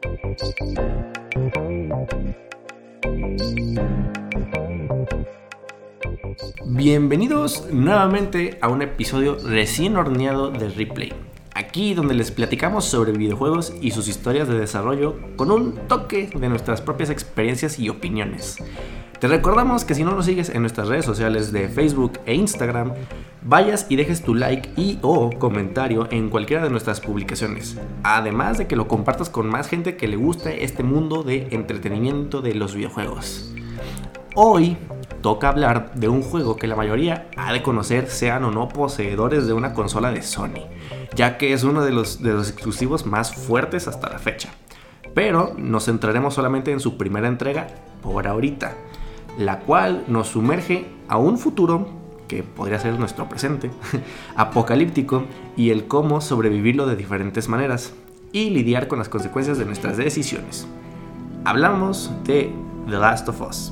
Bienvenidos nuevamente a un episodio recién horneado de Replay. Aquí donde les platicamos sobre videojuegos y sus historias de desarrollo con un toque de nuestras propias experiencias y opiniones. Te recordamos que si no nos sigues en nuestras redes sociales de Facebook e Instagram, vayas y dejes tu like y o comentario en cualquiera de nuestras publicaciones. Además de que lo compartas con más gente que le guste este mundo de entretenimiento de los videojuegos. Hoy toca hablar de un juego que la mayoría ha de conocer, sean o no poseedores de una consola de Sony, ya que es uno de los exclusivos más fuertes hasta la fecha. Pero nos centraremos solamente en su primera entrega por ahorita, la cual nos sumerge a un futuro que podría ser nuestro presente, apocalíptico, y el cómo sobrevivirlo de diferentes maneras y lidiar con las consecuencias de nuestras decisiones. Hablamos de The Last of Us.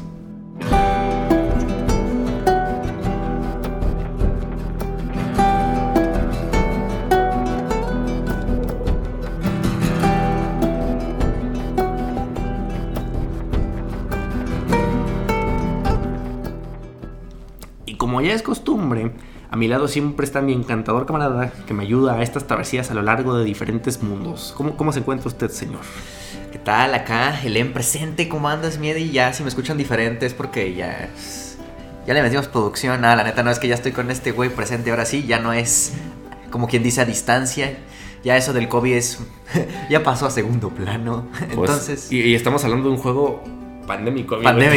Como ya es costumbre, a mi lado siempre está mi encantador camarada que me ayuda a estas travesías a lo largo de diferentes mundos. ¿Cómo se encuentra usted, señor? ¿Qué tal? Acá, Helen presente. ¿Cómo andas, Miedi? Ya, si me escuchan diferentes porque ya le metimos producción. La neta no es que ya estoy con este güey presente. Ahora sí, ya no es como quien dice a distancia. Ya eso del COVID ya pasó a segundo plano. Entonces... Pues, y estamos hablando de un juego pandémico.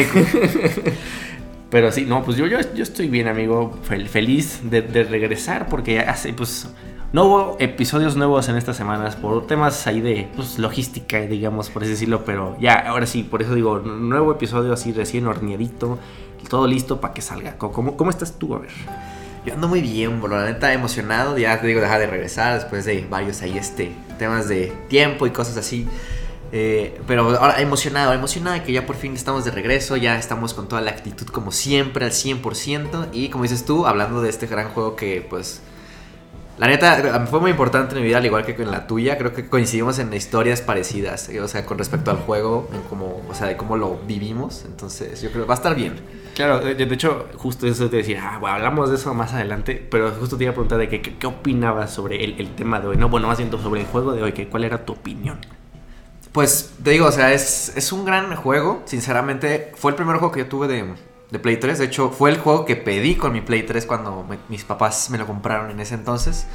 Pero sí, no, pues yo estoy bien, amigo, feliz de regresar porque hace, pues, no hubo episodios nuevos en estas semanas por temas ahí de, pues, logística, digamos, por así decirlo, pero ya, ahora sí, por eso digo, nuevo episodio así recién horneadito, todo listo para que salga. ¿Cómo estás tú? A ver. Yo ando muy bien, bro, la neta emocionado, ya te digo, dejar de regresar después de varios ahí, temas de tiempo y cosas así. Pero ahora emocionado de que ya por fin estamos de regreso, ya estamos con toda la actitud como siempre al 100%. Y como dices tú, hablando de este gran juego que pues la neta fue muy importante en mi vida, al igual que en la tuya. Creo que coincidimos en historias parecidas, o sea, con respecto al juego, en cómo, o sea, de cómo lo vivimos. Entonces yo creo que va a estar bien. Claro, de hecho, justo eso te decía, bueno, hablamos de eso más adelante, pero justo te iba a preguntar de qué opinabas sobre el tema de hoy, ¿no? Bueno, más bien sobre el juego de hoy, ¿cuál era tu opinión? Pues te digo, o sea, es un gran juego. Sinceramente, fue el primer juego que yo tuve de Play 3. De hecho, fue el juego que pedí con mi Play 3 cuando mis papás me lo compraron en ese entonces.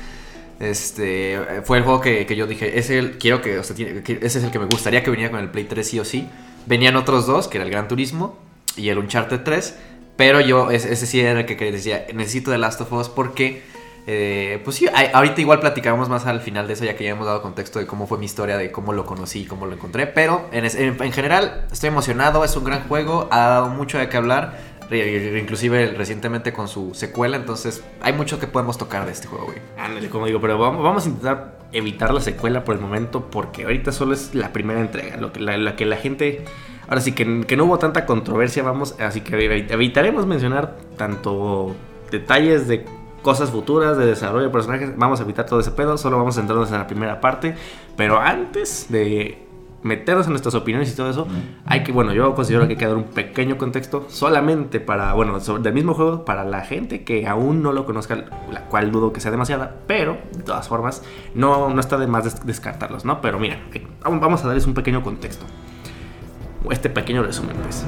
Fue el juego que yo dije, ese es el que me gustaría que viniera con el Play 3 sí o sí. Venían otros dos, que era el Gran Turismo y el Uncharted 3. Pero yo, ese sí era el que decía, necesito The Last of Us porque... pues sí, ahorita igual platicamos más al final de eso, ya que ya hemos dado contexto de cómo fue mi historia, de cómo lo conocí y cómo lo encontré. Pero en general estoy emocionado, es un gran juego, ha dado mucho de qué hablar, inclusive recientemente con su secuela. Entonces hay mucho que podemos tocar de este juego, güey. Ándale, como digo, pero vamos a intentar evitar la secuela por el momento, porque ahorita solo es la primera entrega, lo que la gente... Ahora sí que no hubo tanta controversia, así que evitaremos mencionar tanto detalles de cosas futuras de desarrollo de personajes. Vamos a evitar todo ese pedo, solo vamos a centrarnos en la primera parte. Pero antes de meternos en nuestras opiniones y todo eso, yo considero que hay que dar un pequeño contexto solamente para, del mismo juego, para la gente que aún no lo conozca, la cual dudo que sea demasiada, pero de todas formas no está de más descartarlos, ¿no? Pero mira, vamos a darles un pequeño contexto, este pequeño resumen, pues.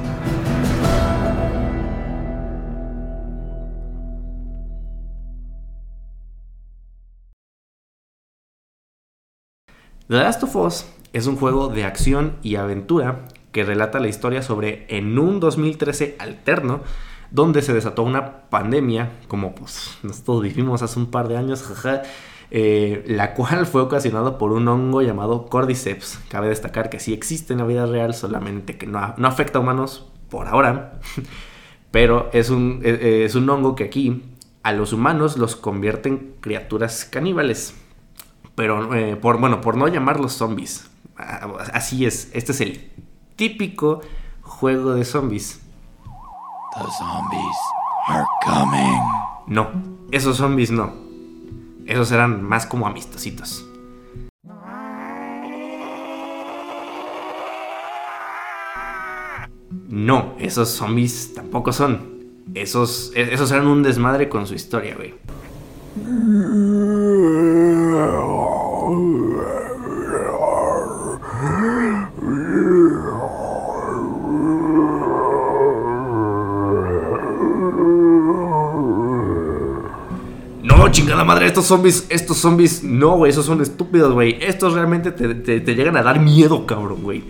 The Last of Us es un juego de acción y aventura que relata la historia sobre en un 2013 alterno donde se desató una pandemia, como pues nosotros vivimos hace un par de años, la cual fue ocasionada por un hongo llamado Cordyceps. Cabe destacar que sí existe en la vida real, solamente que no afecta a humanos por ahora, pero es un hongo que aquí a los humanos los convierte en criaturas caníbales. Pero por no llamarlos zombies. Así es, este es el típico juego de zombies. The zombies are coming. No, esos zombies no. Esos eran más como amistositos. No, esos zombies tampoco son. Esos eran un desmadre con su historia, güey. No, chingada madre, estos zombies, no, güey, esos son estúpidos, güey. Estos realmente te llegan a dar miedo, cabrón, güey.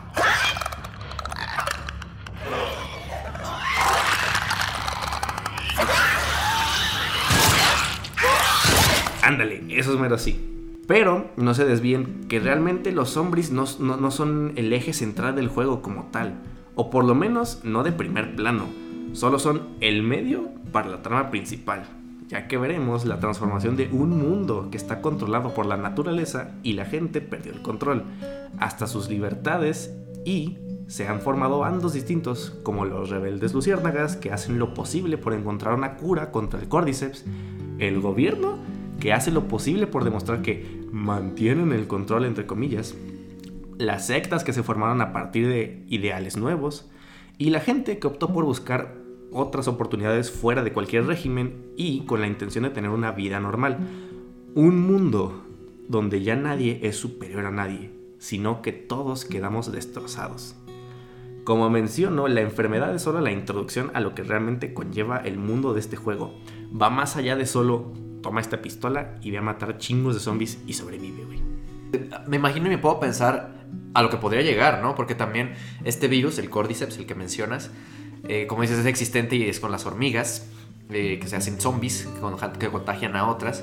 Ándale, eso es mero así. Pero no se desvíen que realmente los zombies no son el eje central del juego como tal. O por lo menos no de primer plano. Solo son el medio para la trama principal. Ya que veremos la transformación de un mundo que está controlado por la naturaleza y la gente perdió el control, hasta sus libertades, y se han formado bandos distintos como los rebeldes luciérnagas que hacen lo posible por encontrar una cura contra el Cordyceps, el gobierno que hace lo posible por demostrar que mantienen el control entre comillas, las sectas que se formaron a partir de ideales nuevos y la gente que optó por buscar otras oportunidades fuera de cualquier régimen y con la intención de tener una vida normal. Un mundo donde ya nadie es superior a nadie, sino que todos quedamos destrozados. Como menciono, la enfermedad es solo la introducción a lo que realmente conlleva el mundo de este juego. Va más allá de solo toma esta pistola y ve a matar chingos de zombies y sobrevive, güey. Me imagino y me puedo pensar a lo que podría llegar, ¿no? Porque también este virus, el Cordyceps, el que mencionas, como dices, es existente y es con las hormigas, que se hacen zombies, que contagian a otras.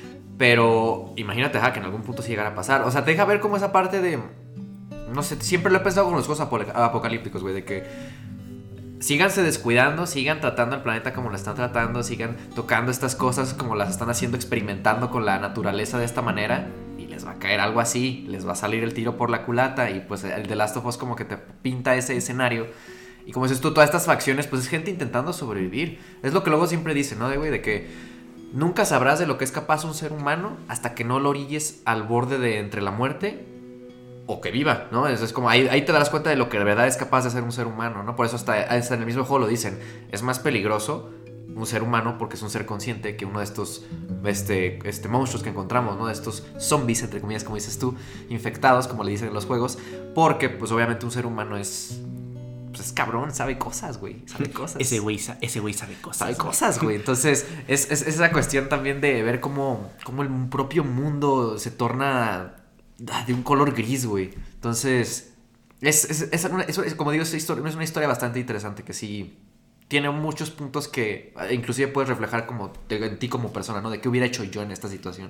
Pero imagínate que en algún punto sí llegara a pasar. O sea, te deja ver como esa parte de... No sé, siempre lo he pensado con los juegos apocalípticos, güey, de que síganse descuidando, sigan tratando el planeta como lo están tratando, sigan tocando estas cosas como las están haciendo, experimentando con la naturaleza de esta manera, y les va a caer algo así, les va a salir el tiro por la culata. Y pues el The Last of Us como que te pinta ese escenario. Y como dices tú, todas estas facciones, pues es gente intentando sobrevivir. Es lo que luego siempre dicen, ¿no? De que nunca sabrás de lo que es capaz un ser humano hasta que no lo orilles al borde de entre la muerte o que viva, ¿no? Es como ahí te darás cuenta de lo que de verdad es capaz de hacer un ser humano, ¿no? Por eso hasta en el mismo juego lo dicen. Es más peligroso un ser humano porque es un ser consciente que uno de estos monstruos que encontramos, ¿no? De estos zombies, entre comillas, como dices tú, infectados, como le dicen en los juegos. Porque, pues, obviamente un ser humano es cabrón, sabe cosas, güey. Sabe cosas. Ese güey sabe cosas. Sabe cosas, güey. Entonces, es esa cuestión también de ver cómo el propio mundo se torna de un color gris, güey. Entonces, es como digo, es una historia bastante interesante que sí tiene muchos puntos que inclusive puedes reflejar como en ti como persona, ¿no? De qué hubiera hecho yo en esta situación.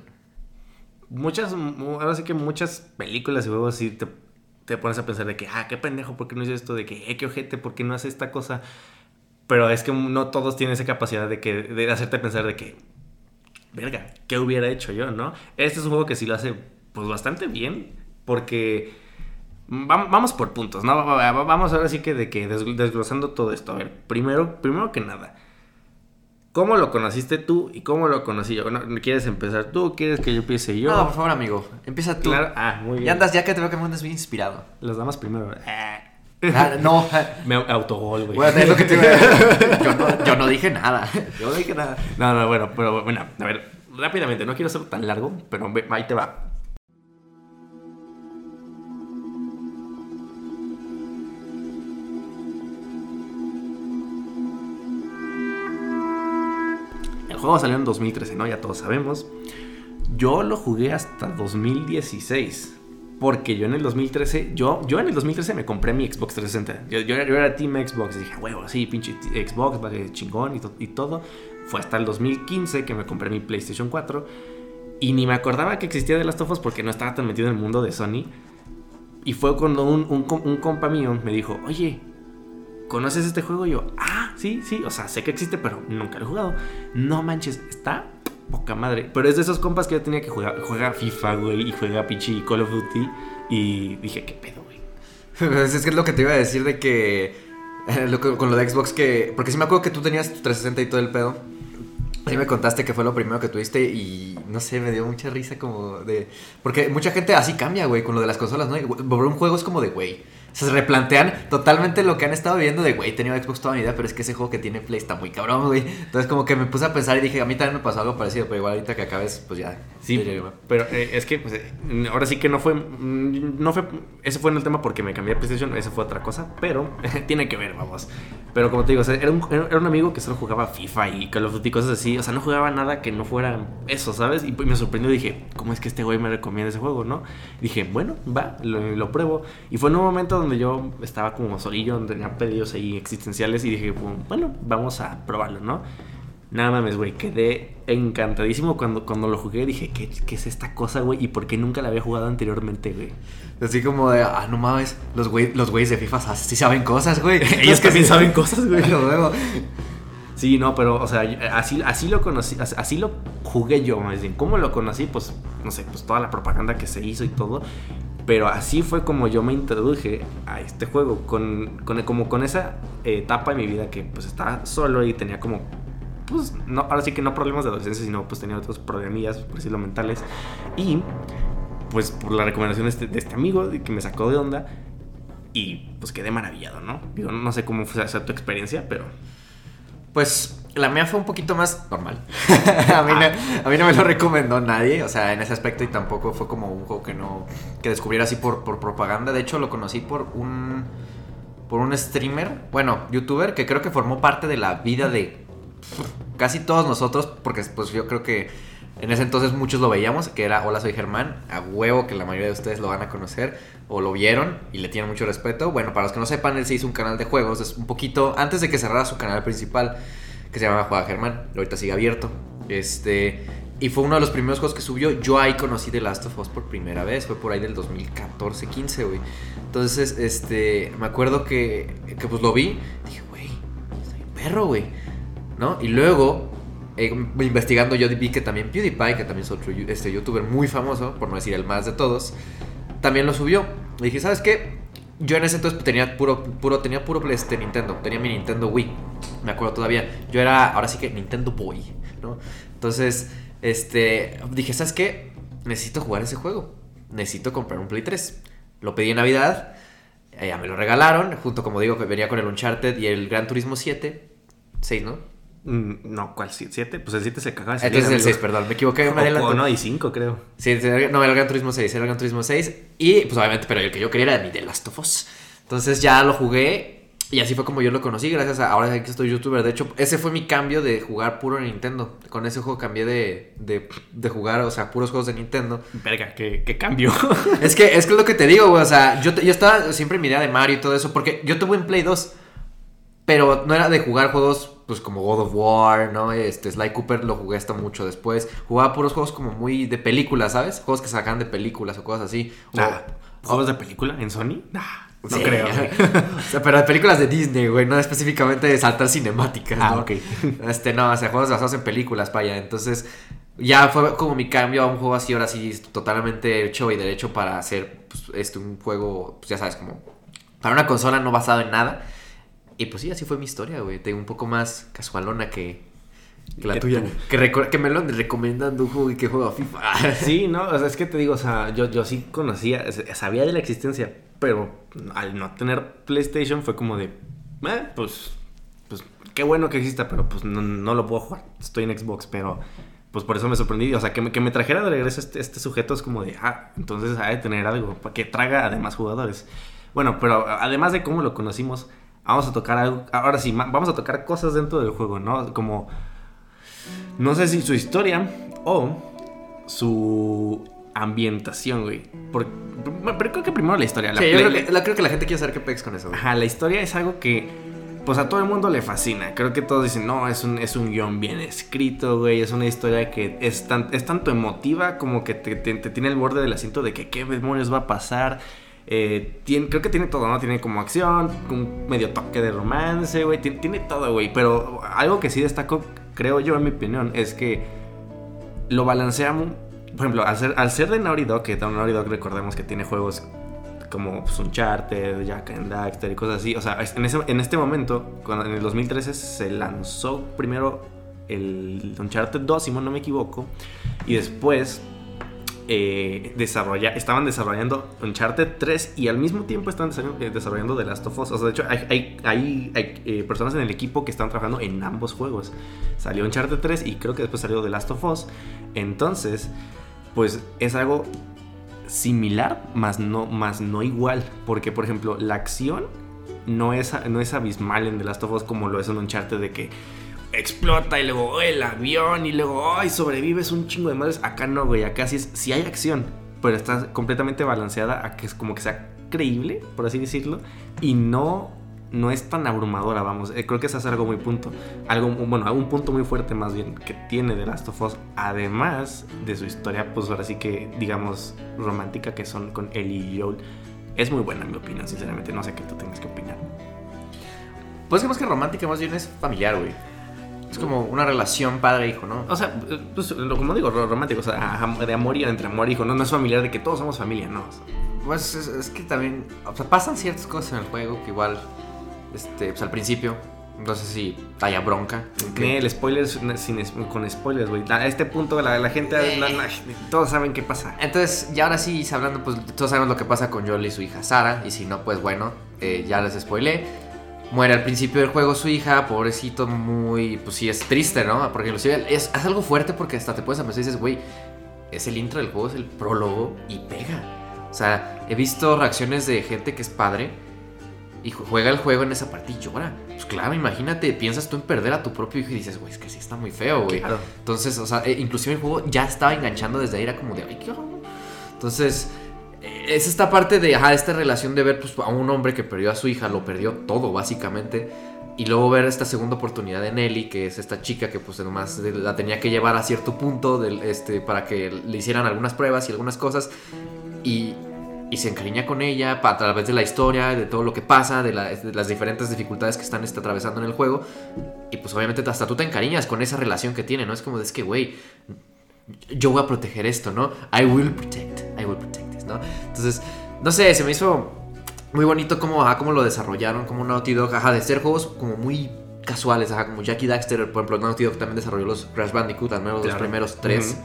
Ahora sí que muchas películas y juegos sí te pones a pensar de que, qué pendejo, ¿por qué no hizo esto? De que, qué ojete, ¿por qué no hace esta cosa? Pero es que no todos tienen esa capacidad de hacerte pensar de que, verga, ¿qué hubiera hecho yo, no? Este es un juego que sí lo hace, pues, bastante bien, porque vamos por puntos, ¿no? Vamos ahora sí que desglosando todo esto. A ver, primero que nada, ¿cómo lo conociste tú y cómo lo conocí yo? ¿Quieres empezar tú? ¿Quieres que yo empiece yo? No, por favor, amigo. Empieza tú. Claro. Muy bien. Ya que te veo que me andas bien inspirado. Las damas primero. No. Me autogol, güey. Bueno, es lo que te iba a decir. Yo no dije nada. No, bueno, pero bueno, a ver, rápidamente, no quiero hacerlo tan largo, pero ahí te va. El juego salió en 2013, ¿no? Ya todos sabemos. Yo lo jugué hasta 2016. Porque yo en el 2013, yo en el 2013 me compré mi Xbox 360. Yo era Team Xbox. Y dije, huevo, sí, pinche Xbox, vale, chingón y todo. Fue hasta el 2015 que me compré mi PlayStation 4. Y ni me acordaba que existía The Last of Us porque no estaba tan metido en el mundo de Sony. Y fue cuando un compa mío me dijo, oye, ¿conoces este juego? Y yo, sí, o sea, sé que existe, pero nunca lo he jugado. No manches, está poca madre. Pero es de esos compas que yo tenía que juega FIFA, güey, y juega pinche Call of Duty. Y dije, ¿qué pedo, güey? Es que es lo que te iba a decir de que con lo de Xbox, que porque sí me acuerdo que tú tenías tu 360 y todo el pedo. Sí me contaste que fue lo primero que tuviste y no sé, me dio mucha risa como de... Porque mucha gente así cambia, güey, con lo de las consolas, ¿no? Por un juego es como de, güey, se replantean totalmente lo que han estado viviendo de, güey, he tenido Xbox toda mi vida, pero es que ese juego que tiene Play está muy cabrón, güey. Entonces como que me puse a pensar y dije, a mí también me pasó algo parecido, pero igual ahorita que acabes, pues ya. Sí, pero es que pues, ahora sí que no fue, ese fue en el tema porque me cambié a PlayStation, esa fue otra cosa, pero tiene que ver, vamos. Pero como te digo, o sea, era un amigo que solo jugaba FIFA y Call of Duty, cosas así, o sea, no jugaba nada que no fuera eso, ¿sabes? Y me sorprendió, dije, ¿cómo es que este güey me recomienda ese juego, no? Y dije, bueno, va, lo pruebo. Y fue en un momento donde yo estaba como solillo, donde tenía pedidos ahí existenciales y dije, bueno, vamos a probarlo, ¿no? Nada mames, güey, quedé encantadísimo cuando lo jugué. Dije, ¿qué es esta cosa, güey? ¿Y por qué nunca la había jugado anteriormente, güey? Así como de, no mames, los güeyes de FIFA sí saben cosas, güey. Ellos que sí saben cosas, güey. Lo veo. Sí, no, pero, o sea, así lo conocí, así lo jugué yo, más bien. ¿Cómo lo conocí? Pues, no sé, pues toda la propaganda que se hizo y todo. Pero así fue como yo me introduje a este juego, como con esa etapa de mi vida que pues estaba solo y tenía como, pues, no, ahora sí que no problemas de adolescencia, sino pues tenía otros problemillas, por decirlo, mentales. Y pues por la recomendación de este amigo que me sacó de onda y pues quedé maravillado, ¿no? Digo, no sé cómo fue tu experiencia, pero... Pues la mía fue un poquito más normal. a mí no me lo recomendó nadie, o sea, en ese aspecto, y tampoco fue como un juego que descubriera así por propaganda. De hecho, lo conocí por un streamer, bueno, youtuber, que creo que formó parte de la vida de casi todos nosotros, porque pues yo creo que en ese entonces muchos lo veíamos, que era Hola, soy Germán. A huevo que la mayoría de ustedes lo van a conocer o lo vieron y le tienen mucho respeto. Bueno, para los que no sepan, él se hizo un canal de juegos, es un poquito antes de que cerrara su canal principal, que se llama Juega Germán. Ahorita sigue abierto. Y fue uno de los primeros juegos que subió. Yo ahí conocí The Last of Us por primera vez. Fue por ahí del 2014, 15, güey. Entonces, me acuerdo que pues lo vi. Dije, güey, está bien perro, güey, ¿no? Y luego, investigando, yo vi que también PewDiePie, que también es otro youtuber muy famoso, por no decir el más de todos, también lo subió. Y dije, ¿sabes qué? Yo en ese entonces tenía puro Nintendo. Tenía mi Nintendo Wii. Me acuerdo todavía. Yo era, ahora sí que Nintendo Boy, ¿no? Entonces, dije, ¿sabes qué? Necesito jugar ese juego. Necesito comprar un Play 3. Lo pedí en Navidad. Ya me lo regalaron. Junto, como digo, que venía con el Uncharted y el Gran Turismo 7. 6, ¿no? No, ¿cuál? ¿7? Pues el 7 se cagaba. Entonces el 6, perdón, me equivoqué. No, y 5 creo. Sí, no, era el Gran Turismo 6, era el Gran Turismo 6. Y pues obviamente, pero el que yo quería era mi The Last of Us. Entonces ya lo jugué y así fue como yo lo conocí, gracias a ahora que estoy youtuber. De hecho, ese fue mi cambio de jugar puro Nintendo. Con ese juego cambié de jugar, o sea, puros juegos de Nintendo. Verga, ¿qué cambio? Es que es lo que te digo, güey. O sea, yo estaba siempre en mi idea de Mario y todo eso, porque yo tuve en Play 2, pero no era de jugar juegos pues como God of War, ¿no? Sly Cooper lo jugué hasta mucho después. Jugaba puros juegos como muy de películas, ¿sabes? Juegos que sacan de películas o cosas así. ¿Juegos de película en Sony? No sí, creo. O sea, pero de películas de Disney, güey, no específicamente de saltar cinemáticas, ¿no? Ok. No, o sea, juegos basados en películas, vaya. Entonces, ya fue como mi cambio a un juego así, ahora sí, totalmente hecho y derecho para hacer pues, un juego, pues ya sabes, como para una consola no basado en nada. Y pues sí, así fue mi historia, güey. Tengo un poco más casualona que la tuya. Que me lo ande recomendando un juego y que juego a FIFA. Sí, no, o sea, es que te digo, o sea, yo sí conocía, sabía de la existencia, pero al no tener PlayStation fue como de, pues qué bueno que exista, pero pues no lo puedo jugar. Estoy en Xbox, pero pues por eso me sorprendí. O sea, que me trajera de regreso este sujeto es como de, entonces hay de tener algo para que traga a demás jugadores. Bueno, pero además de cómo lo conocimos, vamos a tocar algo. Ahora sí, vamos a tocar cosas dentro del juego, ¿no? Como, no sé si su historia o su ambientación, güey. Pero creo que primero la historia. Sí, creo que la gente quiere saber qué pex con eso, güey. Ajá, la historia es algo que pues a todo el mundo le fascina. Creo que todos dicen, no, es un guión bien escrito, güey. Es una historia que es tanto emotiva como que te tiene el borde del asiento de que qué demonios va a pasar. Creo que tiene todo, ¿no? Tiene como acción, un medio toque de romance, güey. Tiene todo, güey. Pero algo que sí destaco, creo yo, en mi opinión, es que lo balanceamos. Por ejemplo, al ser de Naughty Dog, que Naughty Dog recordemos que tiene juegos como pues, Uncharted, Jak and Daxter y cosas así. O sea, en este momento, cuando en el 2013 se lanzó primero el Uncharted 2, si no me equivoco, y después estaban desarrollando Uncharted 3 y al mismo tiempo estaban desarrollando The Last of Us. O sea, de hecho, hay personas en el equipo que están trabajando en ambos juegos. Salió Uncharted 3 y creo que después salió The Last of Us. Entonces, pues es algo similar, más no igual. Porque, por ejemplo, la acción no es abismal en The Last of Us como lo es en Uncharted, de que explota y luego el avión y luego sobrevives un chingo de madres. Acá no, güey, acá sí hay acción, pero está completamente balanceada a que es como que sea creíble, por así decirlo, y no es tan abrumadora, vamos. Creo que ese es algo muy un punto muy fuerte más bien que tiene The Last of Us, además de su historia, pues ahora sí que digamos romántica, que son con Ellie y Joel. Es muy buena en mi opinión, sinceramente, no sé qué tú tengas que opinar. Pues que más que romántica, más bien es familiar, güey. Es como una relación padre-hijo, ¿no? O sea, pues, como digo, romántico, o sea, de amor y entre amor e hijo, no es familiar de que todos somos familia, ¿no? Pues es que también, o sea, pasan ciertas cosas en el juego que igual, pues al principio, no sé si haya bronca. El spoiler con spoilers, güey. A este punto la gente, todos saben qué pasa. Entonces, ya ahora sí, hablando, pues todos sabemos lo que pasa con Joel y su hija Sara, y si no, pues bueno, ya les spoilé. Muere al principio del juego su hija, pobrecito, muy... Pues sí, es triste, ¿no? Porque inclusive es algo fuerte porque hasta te puedes empezar y dices, güey, es el intro del juego, es el prólogo y pega. O sea, he visto reacciones de gente que es padre y juega el juego en esa parte y llora. Pues claro, imagínate, piensas tú en perder a tu propio hijo y dices, güey, es que sí está muy feo, güey. Claro. Entonces, o sea, inclusive el juego ya estaba enganchando desde ahí, era como de, ay, ¿qué hago? Entonces... es esta parte de, esta relación de ver pues, a un hombre que perdió a su hija, lo perdió todo básicamente, y luego ver esta segunda oportunidad de Nelly, que es esta chica que pues nomás la tenía que llevar a cierto punto para que le hicieran algunas pruebas y algunas cosas, y se encariña con ella a través de la historia, de todo lo que pasa, de las diferentes dificultades que están atravesando en el juego, y pues obviamente hasta tú te encariñas con esa relación que tiene, ¿no? Es como, es que, güey, yo voy a proteger esto, ¿no? I will protect this, ¿no? Entonces, no sé, se me hizo muy bonito cómo lo desarrollaron, como Naughty Dog, de ser juegos como muy casuales, como Jackie Daxter, por ejemplo, Naughty Dog también desarrolló los Crash Bandicoot, al menos los primeros 3,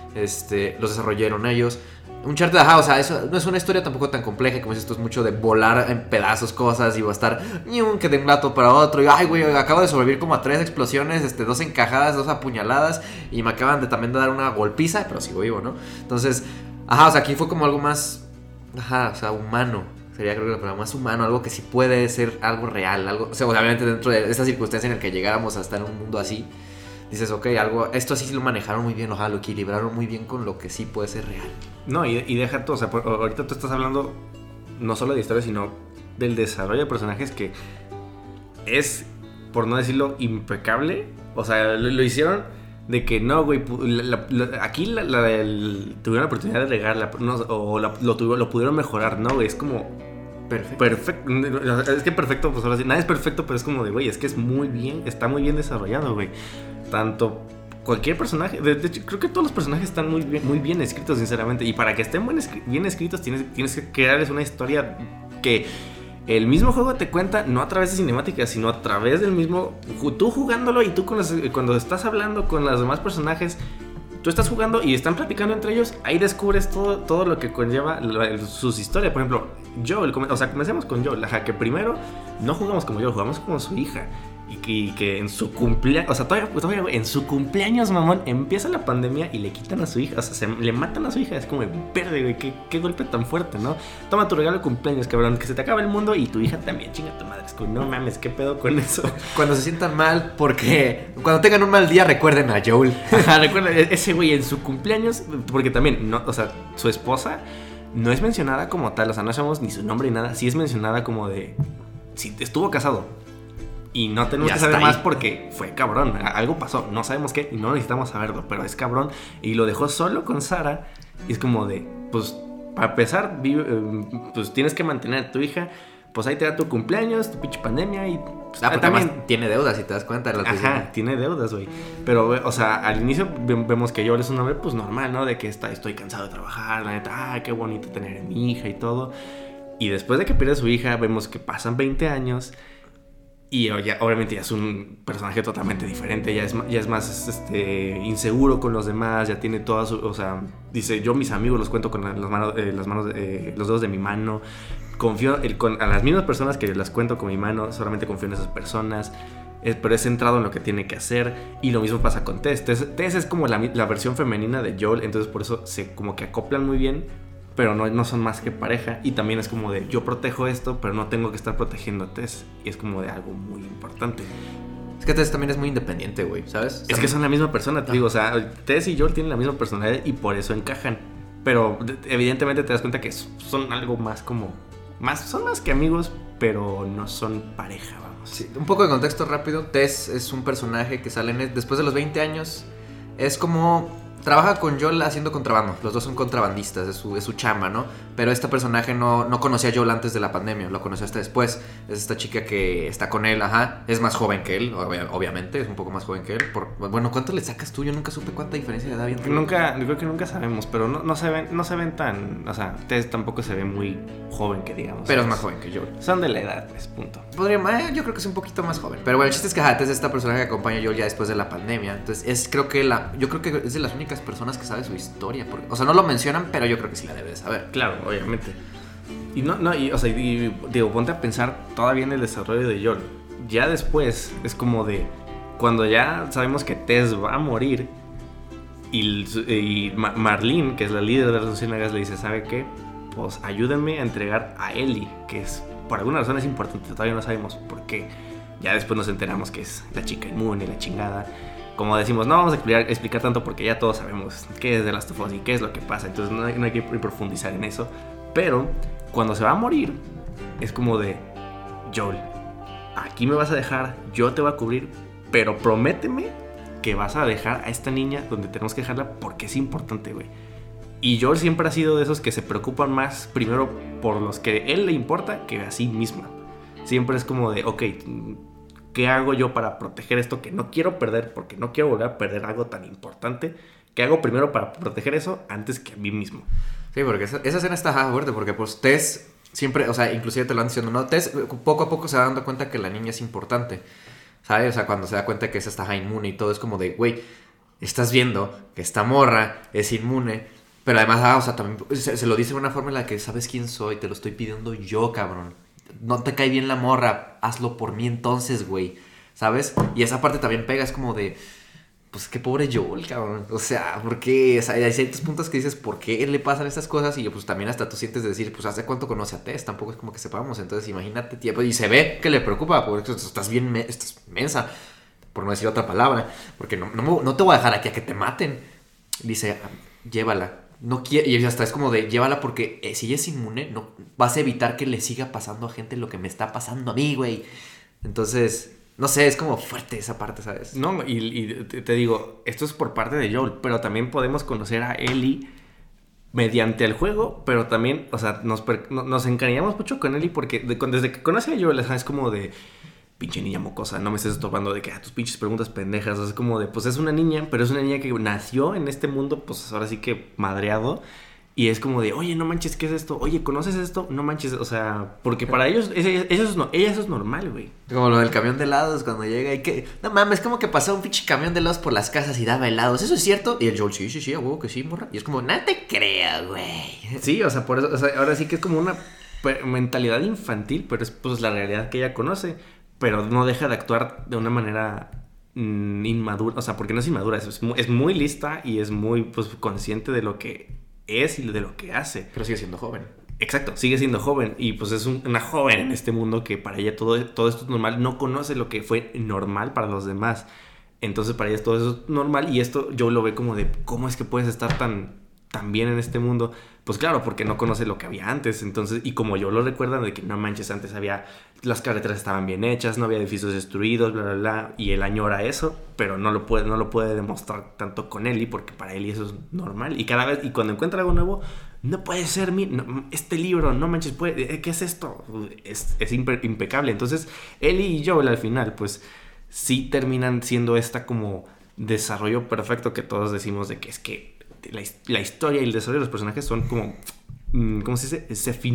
los desarrollaron ellos. Uncharted, o sea, eso no es una historia tampoco tan compleja, como esto es mucho de volar en pedazos cosas y va a estar que de un lado para otro y ay, güey, acabo de sobrevivir como a 3 explosiones, 2 encajadas, 2 apuñaladas y me acaban de también de dar una golpiza, pero sigo vivo, ¿no? Entonces, o sea, aquí fue como algo más, o sea, humano. Sería, creo que la palabra más humano, algo que sí puede ser algo real, algo, o sea, obviamente dentro de esta circunstancia en la que llegáramos a estar en un mundo así, dices, ok, esto sí lo manejaron muy bien, lo equilibraron muy bien con lo que sí puede ser real. No, y deja todo, o sea, ahorita tú estás hablando no solo de historia, sino del desarrollo de personajes que es, por no decirlo, impecable. O sea, lo hicieron de que no, güey, aquí tuvieron la oportunidad de regarla, lo pudieron mejorar, ¿no, güey? Es como... Perfecto. Es que perfecto, pues ahora sí, nada es perfecto, pero es como de, güey, es que es muy bien, está muy bien desarrollado, güey. Tanto cualquier personaje, de hecho, creo que todos los personajes están muy bien escritos, sinceramente. Y para que estén bien escritos, tienes que crearles una historia que el mismo juego te cuenta, no a través de cinemáticas, sino a través del mismo... Tú jugándolo y tú cuando estás hablando con los demás personajes... Tú estás jugando y están platicando entre ellos. Ahí descubres todo lo que conlleva sus historias. Por ejemplo, Joel, o sea, comencemos con Joel, que primero no jugamos como Joel, jugamos como su hija. Y que en su cumpleaños, o sea, todavía en su cumpleaños, mamón, empieza la pandemia y le quitan a su hija, o sea, le matan a su hija. Es como, verde, güey, qué golpe tan fuerte, ¿no? Toma tu regalo de cumpleaños, cabrón, que se te acaba el mundo y tu hija también, chinga tu madre. Es como, no mames, ¿qué pedo con eso? Cuando se sientan mal, porque cuando tengan un mal día, recuerden a Joel. Recuerden, ese güey en su cumpleaños, porque también, no, o sea, su esposa no es mencionada como tal, o sea, no sabemos ni su nombre ni nada, sí es mencionada como de, sí, estuvo casado. Y no tenemos que saber más porque fue cabrón, algo pasó, no sabemos qué y no necesitamos saberlo, pero es cabrón. Y lo dejó solo con Sara y es como de, pues, para empezar, pues tienes que mantener a tu hija, pues ahí te da tu cumpleaños, tu pinche pandemia y... Pues, también tiene deudas, si te das cuenta. Tiene deudas, güey. Pero, o sea, al inicio vemos que Joel es un hombre, pues, normal, ¿no? De que estoy cansado de trabajar, la neta, qué bonito tener a mi hija y todo. Y después de que pierde a su hija, vemos que pasan 20 años... Y obviamente ya es un personaje totalmente diferente, ya es más inseguro con los demás, ya tiene todas o sea, dice, yo mis amigos los cuento con las manos, los dedos de mi mano, confío a las mismas personas que las cuento con mi mano, solamente confío en esas personas, pero es centrado en lo que tiene que hacer, y lo mismo pasa con Tess. Tess es como la versión femenina de Joel, entonces por eso se como que acoplan muy bien, pero no son más que pareja. Y también es como de, yo protejo esto, pero no tengo que estar protegiendo a Tess. Y es como de algo muy importante. Es que Tess también es muy independiente, güey, ¿sabes? Es que son la misma persona, te digo. O sea, Tess y Joel tienen la misma personalidad y por eso encajan. Pero evidentemente te das cuenta que son algo más como... son más que amigos, pero no son pareja, vamos. Sí, un poco de contexto rápido. Tess es un personaje que sale después de los 20 años. Es como... Trabaja con Joel haciendo contrabando. Los dos son contrabandistas, es su chamba, ¿no? Pero este personaje no conocía a Joel antes de la pandemia, lo conoció hasta después. Es esta chica que está con él, ajá. Es más joven que él, obviamente, es un poco más joven que él. Bueno, ¿cuánto le sacas tú? Yo nunca supe cuánta diferencia de edad había entre Creo que nunca sabemos, pero no se ven tan... O sea, Tess tampoco se ve muy joven, que digamos. Pero es más joven que Joel. Son de la edad, pues, punto. Yo creo que es un poquito más joven. Pero bueno, el chiste es que Tess es esta persona que acompaña a Joel ya después de la pandemia. Entonces, yo creo que es de las únicas personas que sabe su historia. O sea, no lo mencionan, pero yo creo que sí la debe de saber. Claro, obviamente. Y digo, ponte a pensar todavía en el desarrollo de Joel. Ya después es como de cuando ya sabemos que Tess va a morir y Marlene, que es la líder de las Luciérnagas, le dice, ¿sabe qué? Pues ayúdenme a entregar a Ellie, que es por alguna razón es importante, todavía no sabemos por qué. Ya después nos enteramos que es la chica inmune, la chingada. Como decimos, no vamos a explicar tanto porque ya todos sabemos qué es The Last of Us y qué es lo que pasa. Entonces no hay que profundizar en eso. Pero cuando se va a morir, es como de, Joel, aquí me vas a dejar, yo te voy a cubrir, pero prométeme que vas a dejar a esta niña donde tenemos que dejarla porque es importante, güey. Y Joel siempre ha sido de esos que se preocupan más primero por los que él le importa que a sí misma. Siempre es como de, ok, ¿qué hago yo para proteger esto que no quiero perder? Porque no quiero volver a perder algo tan importante. ¿Qué hago primero para proteger eso antes que a mí mismo? Sí, porque esa escena está fuerte. Porque pues Tess siempre, o sea, inclusive te lo han diciendo, ¿no? Tess poco a poco se va dando cuenta que la niña es importante, ¿sabes? O sea, cuando se da cuenta que esa está inmune y todo, es como de, güey, estás viendo que esta morra es inmune. Pero además, o sea, también se lo dice de una forma en la que sabes quién soy, te lo estoy pidiendo yo, cabrón. No te cae bien la morra, hazlo por mí entonces, güey, ¿sabes? Y esa parte también pega, es como de, pues qué pobre Joel, cabrón. O sea, porque, o sea, hay ciertos puntos que dices, ¿por qué le pasan estas cosas? Y pues también hasta tú sientes de decir, pues ¿hace cuánto conoce a Tess? Tampoco es como que sepamos. Entonces imagínate, tía, y se ve que le preocupa, porque estás mensa, por no decir otra palabra, porque no te voy a dejar aquí a que te maten. Dice, llévala. No quiere, y hasta es como de llévala porque si ella es inmune, no vas a evitar que le siga pasando a gente lo que me está pasando a mí, güey. Entonces, no sé, es como fuerte esa parte, ¿sabes? No, y te digo, esto es por parte de Joel, pero también podemos conocer a Ellie mediante el juego, pero también, o sea, nos encariñamos mucho con Ellie porque desde que conoce a Joel es como de, pinche niña mocosa, no me estés topando de que tus pinches preguntas pendejas. Es como de, pues es una niña, pero es una niña que nació en este mundo, pues ahora sí que madreado. Y es como de, oye, no manches, ¿qué es esto? Oye, ¿conoces esto? No manches, o sea, porque para ellos, ella eso es normal, güey. Como lo del camión de helados cuando llega y que, no mames, como que pasó un pinche camión de helados por las casas y daba helados, ¿eso es cierto? Y el Joel, sí, a huevo que sí, morra. Y es como, no te creo, güey. Sí, o sea, por eso, o sea, ahora sí que es como una mentalidad infantil, pero es pues la realidad que ella conoce. Pero no deja de actuar de una manera inmadura. O sea, porque no es inmadura, es muy lista y es muy pues, consciente de lo que es y de lo que hace. Pero sigue siendo joven. Exacto, sigue siendo joven. Y pues es una joven en este mundo que para ella todo esto es normal. No conoce lo que fue normal para los demás. Entonces para ella todo eso es normal. Y esto yo lo veo como de, ¿cómo es que puedes estar tan bien en este mundo? Pues claro, porque no conoce lo que había antes. Entonces, y como yo lo recuerdo de que no manches, antes las carreteras estaban bien hechas, no había edificios destruidos, bla, bla, bla, y él añora eso, pero no lo puede demostrar tanto con Ellie, porque para Ellie eso es normal. Y cada vez, y cuando encuentra algo nuevo, no puede ser este libro, no manches, ¿qué es esto? Es impecable. Entonces, Ellie y Joel al final, pues, sí terminan siendo esta como desarrollo perfecto que todos decimos de que es que la historia y el desarrollo de los personajes son como, ¿cómo se dice? Se finí.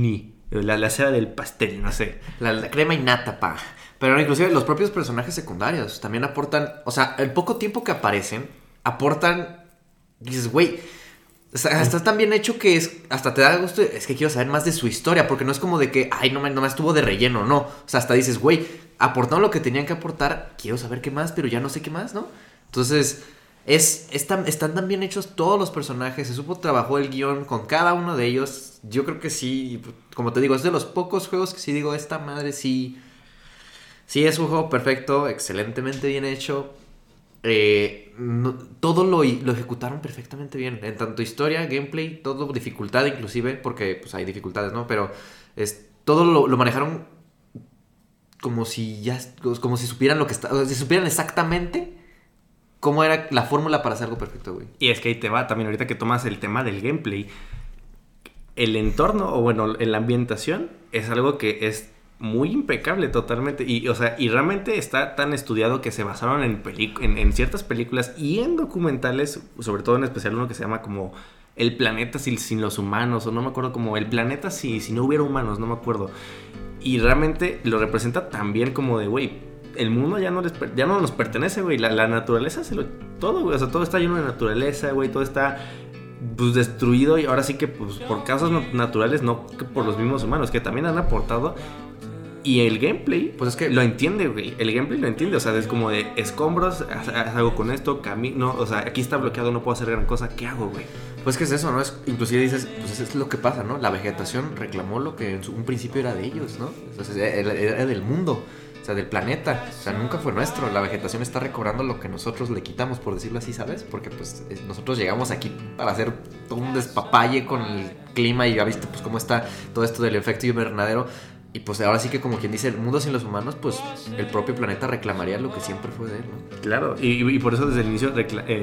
La cera del pastel, no sé. La crema innata, pa. Pero inclusive los propios personajes secundarios también aportan... O sea, el poco tiempo que aparecen, aportan... Dices, güey... O sea, está tan bien hecho que hasta te da gusto. Es que quiero saber más de su historia. Porque no es como de que, ay, no me estuvo de relleno, no. O sea, hasta dices, güey, aportaron lo que tenían que aportar. Quiero saber qué más, pero ya no sé qué más, ¿no? Entonces, están tan bien hechos todos los personajes. Se supo trabajó el guión con cada uno de ellos. Yo creo que sí, como te digo, es de los pocos juegos que sí digo, esta madre sí. Sí, es un juego perfecto, excelentemente bien hecho. Todo lo ejecutaron perfectamente bien. En tanto historia, gameplay, todo, dificultad inclusive, porque pues hay dificultades, ¿no? Pero todo lo manejaron como si supieran lo que está, si supieran exactamente cómo era la fórmula para hacer algo perfecto, güey. Y es que ahí te va también, ahorita que tomas el tema del gameplay, el entorno, o bueno, la ambientación es algo que es muy impecable totalmente. Y, o sea, y realmente está tan estudiado que se basaron en ciertas películas y en documentales, sobre todo en especial uno que se llama como El planeta sin los humanos, o no me acuerdo, como El planeta si no hubiera humanos, no me acuerdo. Y realmente lo representa también como de, güey, el mundo ya no nos pertenece, güey. La naturaleza todo, güey. O sea, todo está lleno de naturaleza, güey. Todo está pues destruido y ahora sí que pues por causas naturales, no que por los mismos humanos, que también han aportado. Y el gameplay, pues es que lo entiende, güey. El gameplay lo entiende, o sea, es como de escombros, haz algo con esto, camino, o sea, aquí está bloqueado, no puedo hacer gran cosa, ¿qué hago, güey? Pues que es eso, ¿no? Inclusive dices, pues es lo que pasa, ¿no? La vegetación reclamó lo que en un principio era de ellos, ¿no? Entonces era del mundo, o sea, del planeta. O sea, nunca fue nuestro. La vegetación está recobrando lo que nosotros le quitamos, por decirlo así, ¿sabes? Porque pues nosotros llegamos aquí para hacer todo un despapalle con el clima y ya viste pues cómo está todo esto del efecto invernadero. Y pues ahora sí que como quien dice, el mundo sin los humanos, pues el propio planeta reclamaría lo que siempre fue de él, ¿no? Claro, y por eso desde el inicio,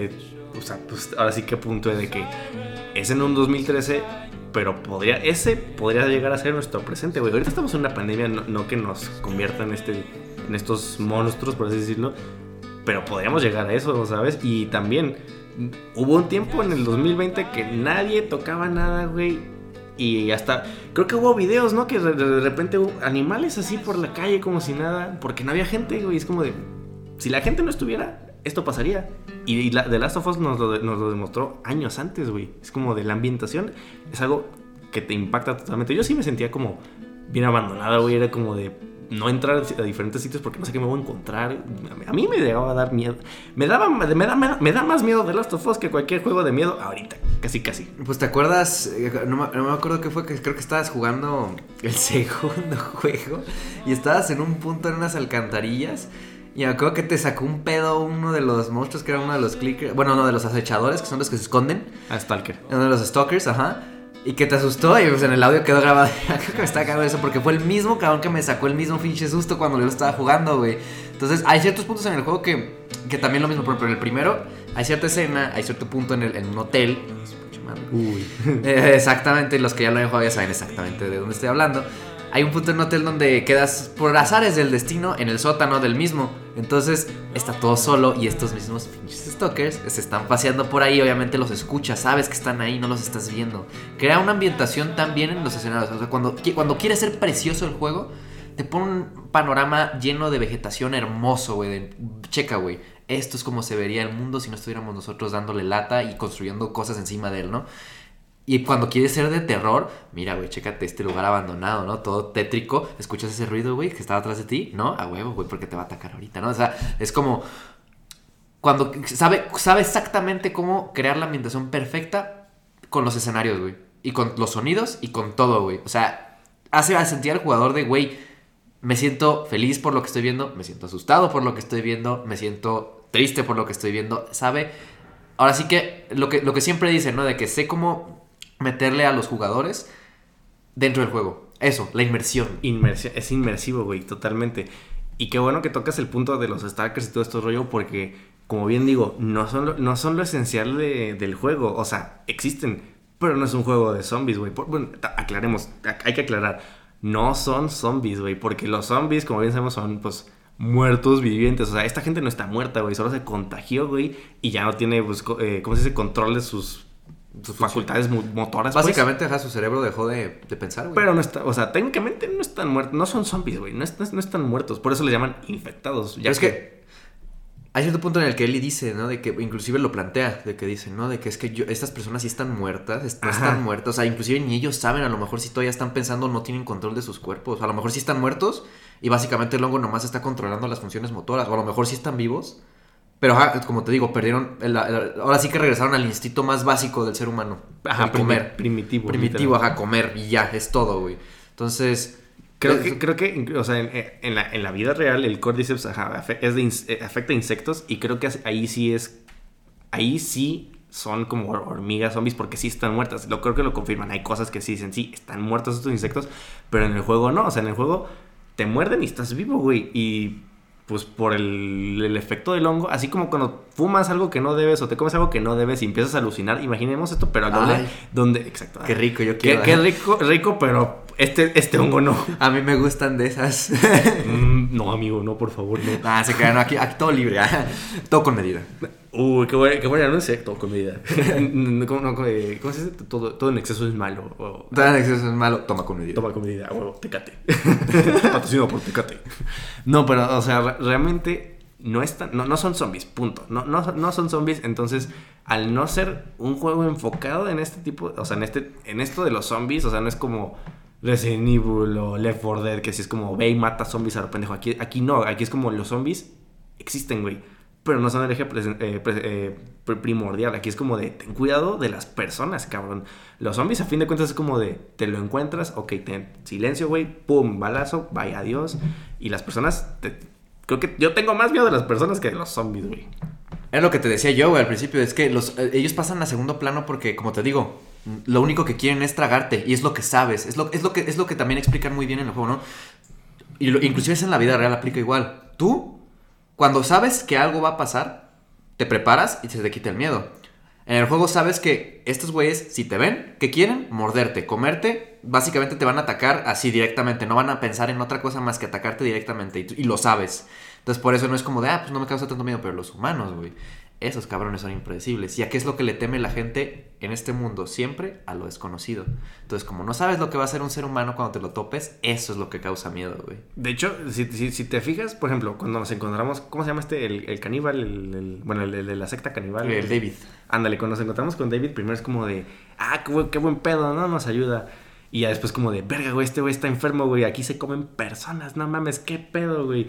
o sea, pues ahora sí que puntué de que es en un 2013, pero podría llegar a ser nuestro presente, güey. Ahorita estamos en una pandemia, no que nos convierta en estos monstruos, por así decirlo, pero podríamos llegar a eso, ¿sabes? Y también hubo un tiempo en el 2020 que nadie tocaba nada, güey. Y hasta, creo que hubo videos, ¿no? Que de repente hubo animales así por la calle como si nada, porque no había gente, güey. Es como de, si la gente no estuviera, esto pasaría. Y The Last of Us nos lo demostró años antes, güey. Es como de la ambientación, es algo que te impacta totalmente. Yo sí me sentía como bien abandonada, güey. Era como de no entrar a diferentes sitios porque no sé qué me voy a encontrar. A mí me llegaba a dar miedo. Me da más miedo The Last of Us que cualquier juego de miedo ahorita. Casi. Pues te acuerdas, no me acuerdo qué fue, que creo que estabas jugando el segundo juego y estabas en un punto en unas alcantarillas y me acuerdo que te sacó un pedo uno de los monstruos que era uno de los clickers, bueno, no, de los acechadores, que son los que se esconden. Stalker. Uno de los stalkers, ajá. Y que te asustó y pues en el audio quedó grabado. Creo que me está cagando eso porque fue el mismo cabrón que me sacó el mismo pinche susto cuando yo lo estaba jugando, güey. Entonces hay ciertos puntos en el juego que también lo mismo. Pero en el primero hay cierta escena, hay cierto punto en un hotel. Uy. Exactamente, los que ya lo han jugado ya saben exactamente de dónde estoy hablando. Hay un punto en un hotel donde quedas por azares del destino en el sótano del mismo. Entonces está todo solo y estos mismos pinches stalkers se están paseando por ahí. Obviamente los escuchas, sabes que están ahí, no los estás viendo. Crea una ambientación también en los escenarios. O sea, cuando quiere ser precioso el juego, te pone un panorama lleno de vegetación hermoso, güey. Checa, güey. Esto es como se vería el mundo si no estuviéramos nosotros dándole lata y construyendo cosas encima de él, ¿no? Y cuando quieres ser de terror, mira, güey, chécate este lugar abandonado, ¿no? Todo tétrico. ¿Escuchas ese ruido, güey, que estaba atrás de ti? ¿No? A huevo, güey, porque te va a atacar ahorita, ¿no? O sea, es como... Cuando sabe exactamente cómo crear la ambientación perfecta con los escenarios, güey. Y con los sonidos y con todo, güey. O sea, hace a sentir al jugador de, güey, me siento feliz por lo que estoy viendo, me siento asustado por lo que estoy viendo, me siento triste por lo que estoy viendo, ¿sabe? Ahora sí que lo que siempre dicen, ¿no? De que sé cómo meterle a los jugadores dentro del juego. Eso, la inmersión. Es inmersivo, güey, totalmente. Y qué bueno que tocas el punto de los stalkers y todo esto rollo, porque, como bien digo, no son lo esencial del juego. O sea, existen, pero no es un juego de zombies, güey. Bueno, aclaremos, hay que aclarar. No son zombies, güey, porque los zombies, como bien sabemos, son, pues, muertos vivientes. O sea, esta gente no está muerta, güey, solo se contagió, güey, y ya no tiene, pues, ¿cómo se dice? Control de sus sus facultades motoras. Básicamente, su cerebro dejó de pensar, güey. Pero no está, o sea, técnicamente no están muertos, no son zombies, güey, no están muertos, por eso les llaman infectados. Ya es que hay cierto punto en el que Ellie dice, ¿no? De que inclusive lo plantea, de que dice, ¿no? De que es que estas personas sí están muertas, no están muertas, o sea, inclusive ni ellos saben, a lo mejor si todavía están pensando, no tienen control de sus cuerpos, a lo mejor sí están muertos y básicamente el hongo nomás está controlando las funciones motoras, o a lo mejor sí están vivos, pero como te digo, perdieron, ahora sí que regresaron al instinto más básico del ser humano, comer. Primitivo, comer y ya, es todo, güey. Entonces... Creo que, o sea, en la vida real el Cordyceps afecta a insectos y creo que ahí sí son como hormigas zombies porque sí están muertas. Creo que lo confirman. Hay cosas que sí dicen, sí, están muertos estos insectos, pero en el juego no. O sea, en el juego te muerden y estás vivo, güey. Y pues por el efecto del hongo, así como cuando fumas algo que no debes o te comes algo que no debes y empiezas a alucinar, imaginemos esto, pero al doble, donde, exacto. Qué rico, yo quiero. Qué rico, pero este hongo no. A mí me gustan de esas. No, amigo, no, por favor, no. Se quedan aquí todo libre, todo con medida. Uy, qué buena anuncio, todo con medida. ¿Cómo se dice? Todo en exceso es malo. Todo en exceso es malo, toma con medida. Toma con medida, huevo, Tecate. Patrocinado por Tecate. No, pero, o sea, realmente no son zombies, punto. No son zombies, entonces, al no ser un juego enfocado en este tipo, o sea, en esto de los zombies, o sea, no es como Resident Evil o Left 4 Dead, que si es como ve y mata zombies a lo pendejo. Aquí no, aquí es como los zombies existen, güey, pero no son el eje primordial. Aquí es como de, ten cuidado de las personas, cabrón. Los zombies a fin de cuentas es como de, te lo encuentras, ok, silencio, güey, pum, balazo, vaya, adiós. Y las personas, creo que yo tengo más miedo de las personas que de los zombies, güey. Es lo que te decía yo, güey, al principio, es que ellos pasan a segundo plano porque, como te digo, lo único que quieren es tragarte y es lo que sabes, es lo que también explican muy bien en el juego, ¿no? Y inclusive es en la vida real, aplica igual. Tú, cuando sabes que algo va a pasar, te preparas y se te quita el miedo. En el juego sabes que estos güeyes, si te ven, ¿qué quieren? Morderte, comerte, básicamente te van a atacar así directamente, no van a pensar en otra cosa más que atacarte directamente y lo sabes. Entonces por eso no es como de, pues no me causa tanto miedo, pero los humanos, güey, esos cabrones son impredecibles. ¿Y a qué es lo que le teme la gente en este mundo? Siempre a lo desconocido. Entonces, como no sabes lo que va a hacer un ser humano cuando te lo topes, eso es lo que causa miedo, güey. De hecho, si te fijas, por ejemplo, cuando nos encontramos, ¿cómo se llama el caníbal? El de la secta caníbal. El David. Ándale, cuando nos encontramos con David, primero es como de, qué buen pedo, ¿no? Nos ayuda. Y ya después como de, verga, güey, este güey está enfermo, güey. Aquí se comen personas, no mames, qué pedo, güey.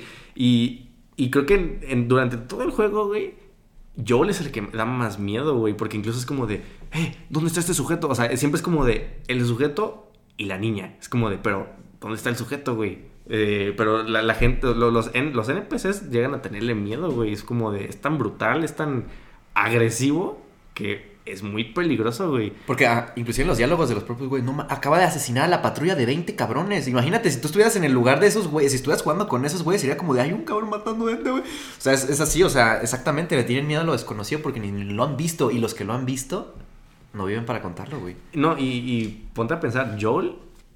Y creo que durante todo el juego, güey, Joel es el que me da más miedo, güey. Porque incluso es como de, ¿dónde está este sujeto? O sea, siempre es como de, el sujeto y la niña. Es como de, pero, ¿dónde está el sujeto, güey? Pero la gente, los NPCs llegan a tenerle miedo, güey. Es como de, es tan brutal, es tan agresivo que es muy peligroso, güey. Porque inclusive en los diálogos de los propios güey, acaba de asesinar a la patrulla de 20 cabrones. Imagínate, si tú estuvieras en el lugar de esos güeyes, si estuvieras jugando con esos güeyes, sería como de, hay un cabrón matando gente, güey. O sea, es así, o sea, exactamente, le tienen miedo a lo desconocido porque ni lo han visto. Y los que lo han visto no viven para contarlo, güey. No, y ponte a pensar, Joel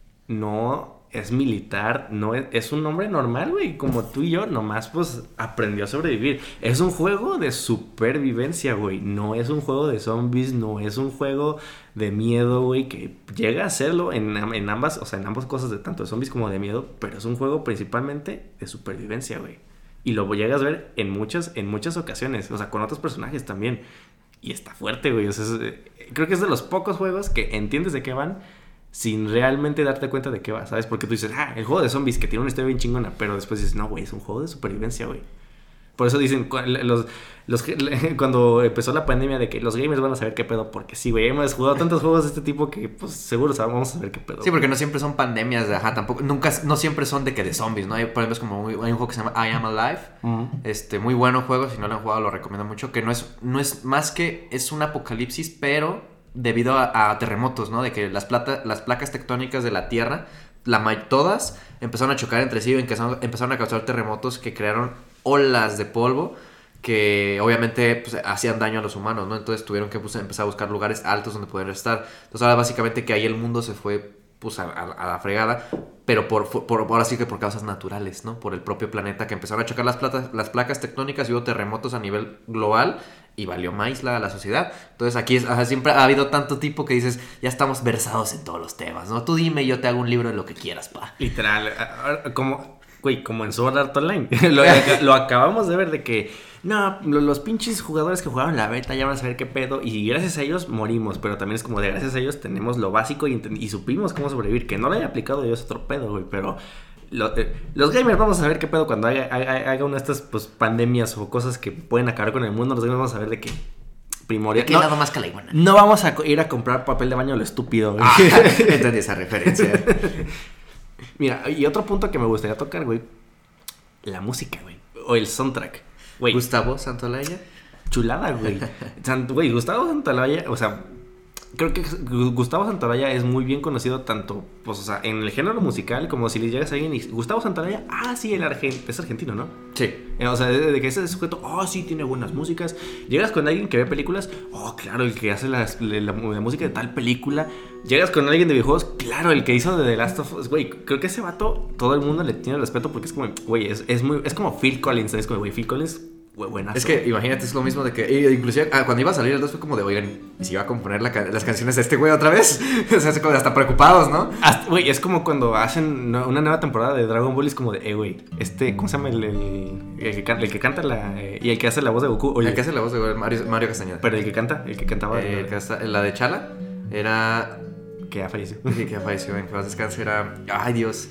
no es militar, no es un hombre normal, güey, como tú y yo, nomás pues aprendió a sobrevivir. Es un juego de supervivencia, güey, no es un juego de zombies, no es un juego de miedo, güey, que llega a serlo en ambas, o sea, en ambas cosas, de tanto de zombies como de miedo, pero es un juego principalmente de supervivencia, güey. Y lo llegas a ver en muchas ocasiones, o sea, con otros personajes también. Y está fuerte, güey, o sea, creo que es de los pocos juegos que entiendes de qué van sin realmente darte cuenta de qué va, ¿sabes? Porque tú dices, el juego de zombies que tiene una historia bien chingona, pero después dices, no, güey, es un juego de supervivencia, güey. Por eso dicen, cuando empezó la pandemia, de que los gamers van a saber qué pedo, porque sí, güey, hemos jugado tantos juegos de este tipo que, pues, seguro vamos a saber qué pedo. Sí, porque no siempre son pandemias, tampoco, no siempre son de que de zombies, ¿no? Por ejemplo, es como, hay un juego que se llama I Am Alive, muy bueno juego, si no lo han jugado lo recomiendo mucho, que no es más que, es un apocalipsis, pero debido a terremotos, ¿no? De que las placas tectónicas de la Tierra, todas empezaron a chocar entre sí y empezaron a causar terremotos que crearon olas de polvo que obviamente pues, hacían daño a los humanos, ¿no? Entonces tuvieron que empezar a buscar lugares altos donde poder estar. Entonces ahora básicamente que ahí el mundo se fue pues, a la fregada, pero ahora sí que por causas naturales, ¿no? Por el propio planeta que empezaron a chocar las placas tectónicas y hubo terremotos a nivel global y valió más la sociedad. Entonces aquí siempre ha habido tanto tipo que dices, ya estamos versados en todos los temas, ¿no? Tú dime y yo te hago un libro de lo que quieras, pa. Literal, como en Sword Art Online. lo acabamos de ver de que, no, los pinches jugadores que jugaron la beta ya van a saber qué pedo. Y gracias a ellos morimos. Pero también es como de gracias a ellos tenemos lo básico y supimos cómo sobrevivir. Que no lo haya aplicado yo es otro pedo, güey. Pero los gamers vamos a saber qué pedo cuando haga una de estas pues, pandemias o cosas que pueden acabar con el mundo. Los gamers vamos a ver de que primordial. No, nada más que la iguana. No vamos a ir a comprar papel de baño a lo estúpido, güey. Entendí esa referencia. Mira, y otro punto que me gustaría tocar, güey. La música, güey. O el soundtrack. Güey. Gustavo Santaolalla. Chulada, güey. Güey, Gustavo Santaolalla, o sea, creo que Gustavo Santaolalla es muy bien conocido tanto, pues, o sea, en el género musical, como si le llegas a alguien y Gustavo Santaolalla, sí, es argentino, ¿no? Sí. O sea, de que ese sujeto, sí, tiene buenas músicas. Llegas con alguien que ve películas, claro, el que hace la música de tal película. Llegas con alguien de videojuegos, claro, el que hizo de The Last of Us, güey. Creo que ese vato, todo el mundo le tiene respeto porque es como, güey, es como Phil Collins, ¿sabes? Como, güey, Phil Collins, buenazo. Es que imagínate, es lo mismo de que, inclusive, cuando iba a salir el 2 fue como de, oigan, ¿y si iba a componer las canciones de este güey otra vez? O sea, como hasta preocupados, ¿no? Güey, es como cuando hacen una nueva temporada de Dragon Ball, es como de, güey, ¿cómo se llama el que canta y el que hace la voz de Goku? Oye, el que hace la voz de Goku, Mario Castañeda. Pero el que cantaba. La de Chala era... Que ya falleció. Sí, que ya falleció, en que más descanse era... Ay, Dios.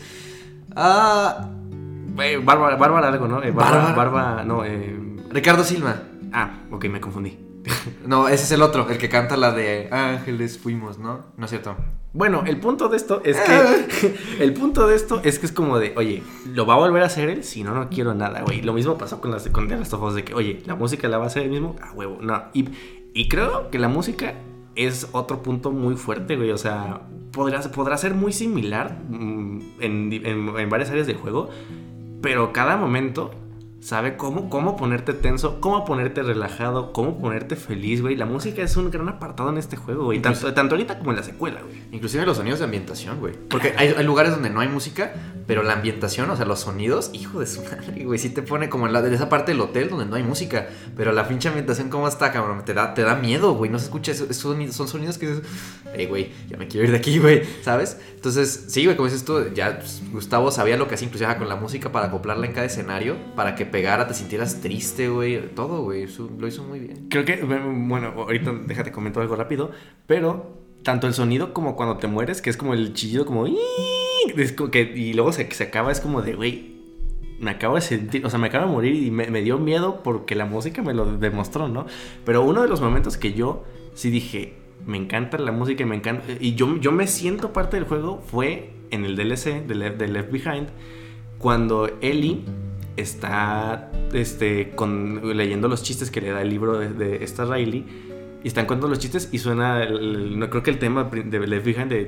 Bárbara algo, ¿no? Ricardo Silva. Ok, me confundí. No, ese es el otro, el que canta la de Ángeles fuimos, ¿no? No es cierto. Bueno, el punto de esto es que es como de, oye, ¿lo va a volver a hacer él? Si no quiero nada, güey. Lo mismo pasó con The Last of Us, de que, oye, ¿la música la va a hacer él mismo? Huevo, no. Y creo que la música es otro punto muy fuerte, güey. O sea, podrá ser muy similar en varias áreas del juego, pero cada momento sabe cómo ponerte tenso, cómo ponerte relajado, cómo ponerte feliz, güey. La música es un gran apartado en este juego, güey. Tanto ahorita como en la secuela, güey. Inclusive los sonidos de ambientación, güey. Porque hay lugares donde no hay música, pero la ambientación, o sea, los sonidos, hijo de su madre, güey. Sí te pone como en esa parte del hotel donde no hay música. Pero la pinche ambientación, ¿cómo está, cabrón? Te da miedo, güey. No se escucha eso. Son sonidos que dices, güey, ya me quiero ir de aquí, güey. ¿Sabes? Entonces, sí, güey, como dices tú, ya pues, Gustavo sabía lo que hacía inclusive con la música para acoplarla en cada escenario, para que pegara, te sintieras triste, güey. Todo, güey. Lo hizo muy bien. Creo que, bueno, ahorita déjate comentar algo rápido, pero tanto el sonido como cuando te mueres, que es como el chillido, como... y luego se acaba, es como de, güey, me acabo de sentir, o sea, me acabo de morir y me dio miedo porque la música me lo demostró, ¿no? Pero uno de los momentos que yo sí dije, me encanta la música y me encanta, y yo me siento parte del juego, fue en el DLC de Left Behind, cuando Ellie está leyendo los chistes que le da el libro de esta Riley, y están contando los chistes y suena no creo que el tema de Left Behind de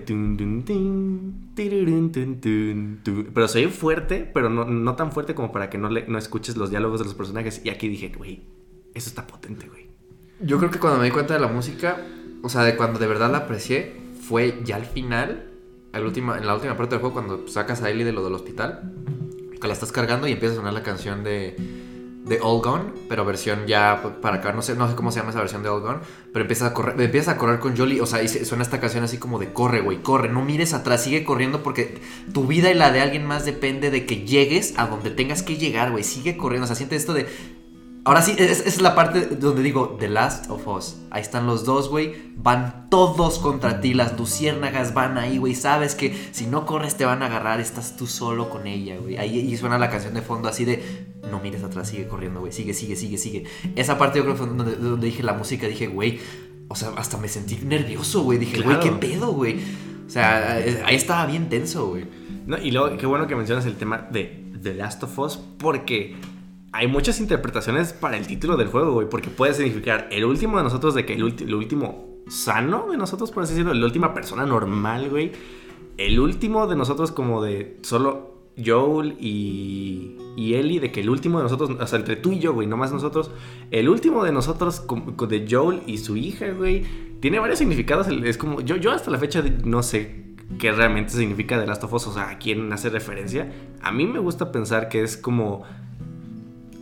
pero se oye fuerte, pero no tan fuerte como para que no escuches los diálogos de los personajes. Y aquí dije, güey, eso está potente, güey. Yo creo que cuando me di cuenta de la música, o sea, de cuando de verdad la aprecié, fue ya al final, en la última parte del juego, cuando sacas a Ellie de lo del hospital, que la estás cargando y empieza a sonar la canción de All Gone, pero versión ya para acá, no sé cómo se llama esa versión de All Gone, pero empiezas a correr con Jolie, o sea, y suena esta canción así como de corre, güey, corre, no mires atrás, sigue corriendo porque tu vida y la de alguien más depende de que llegues a donde tengas que llegar, güey, sigue corriendo, o sea, siente esto de... Ahora sí, es la parte donde digo The Last of Us. Ahí están los dos, güey. Van todos contra ti. Las luciérnagas van ahí, güey. Sabes que si no corres te van a agarrar. Estás tú solo con ella, güey. Ahí y suena la canción de fondo así de... No mires atrás, sigue corriendo, güey. Sigue. Esa parte yo creo que fue donde dije la música. Dije, güey... O sea, hasta me sentí nervioso, güey. Dije, güey, claro. ¿qué pedo, güey? O sea, ahí estaba bien tenso, güey. No, y luego, qué bueno que mencionas el tema de The Last of Us. Porque... hay muchas interpretaciones para el título del juego, güey, porque puede significar el último de nosotros, de que el último sano de nosotros, por así decirlo, la última persona normal, güey, el último de nosotros como de solo Joel y Ellie, de que el último de nosotros, o sea, entre tú y yo, güey, no más nosotros, el último de nosotros de Joel y su hija, güey, tiene varios significados, es como, yo hasta la fecha no sé qué realmente significa The Last of Us, o sea, a quién hace referencia. A mí me gusta pensar que es como...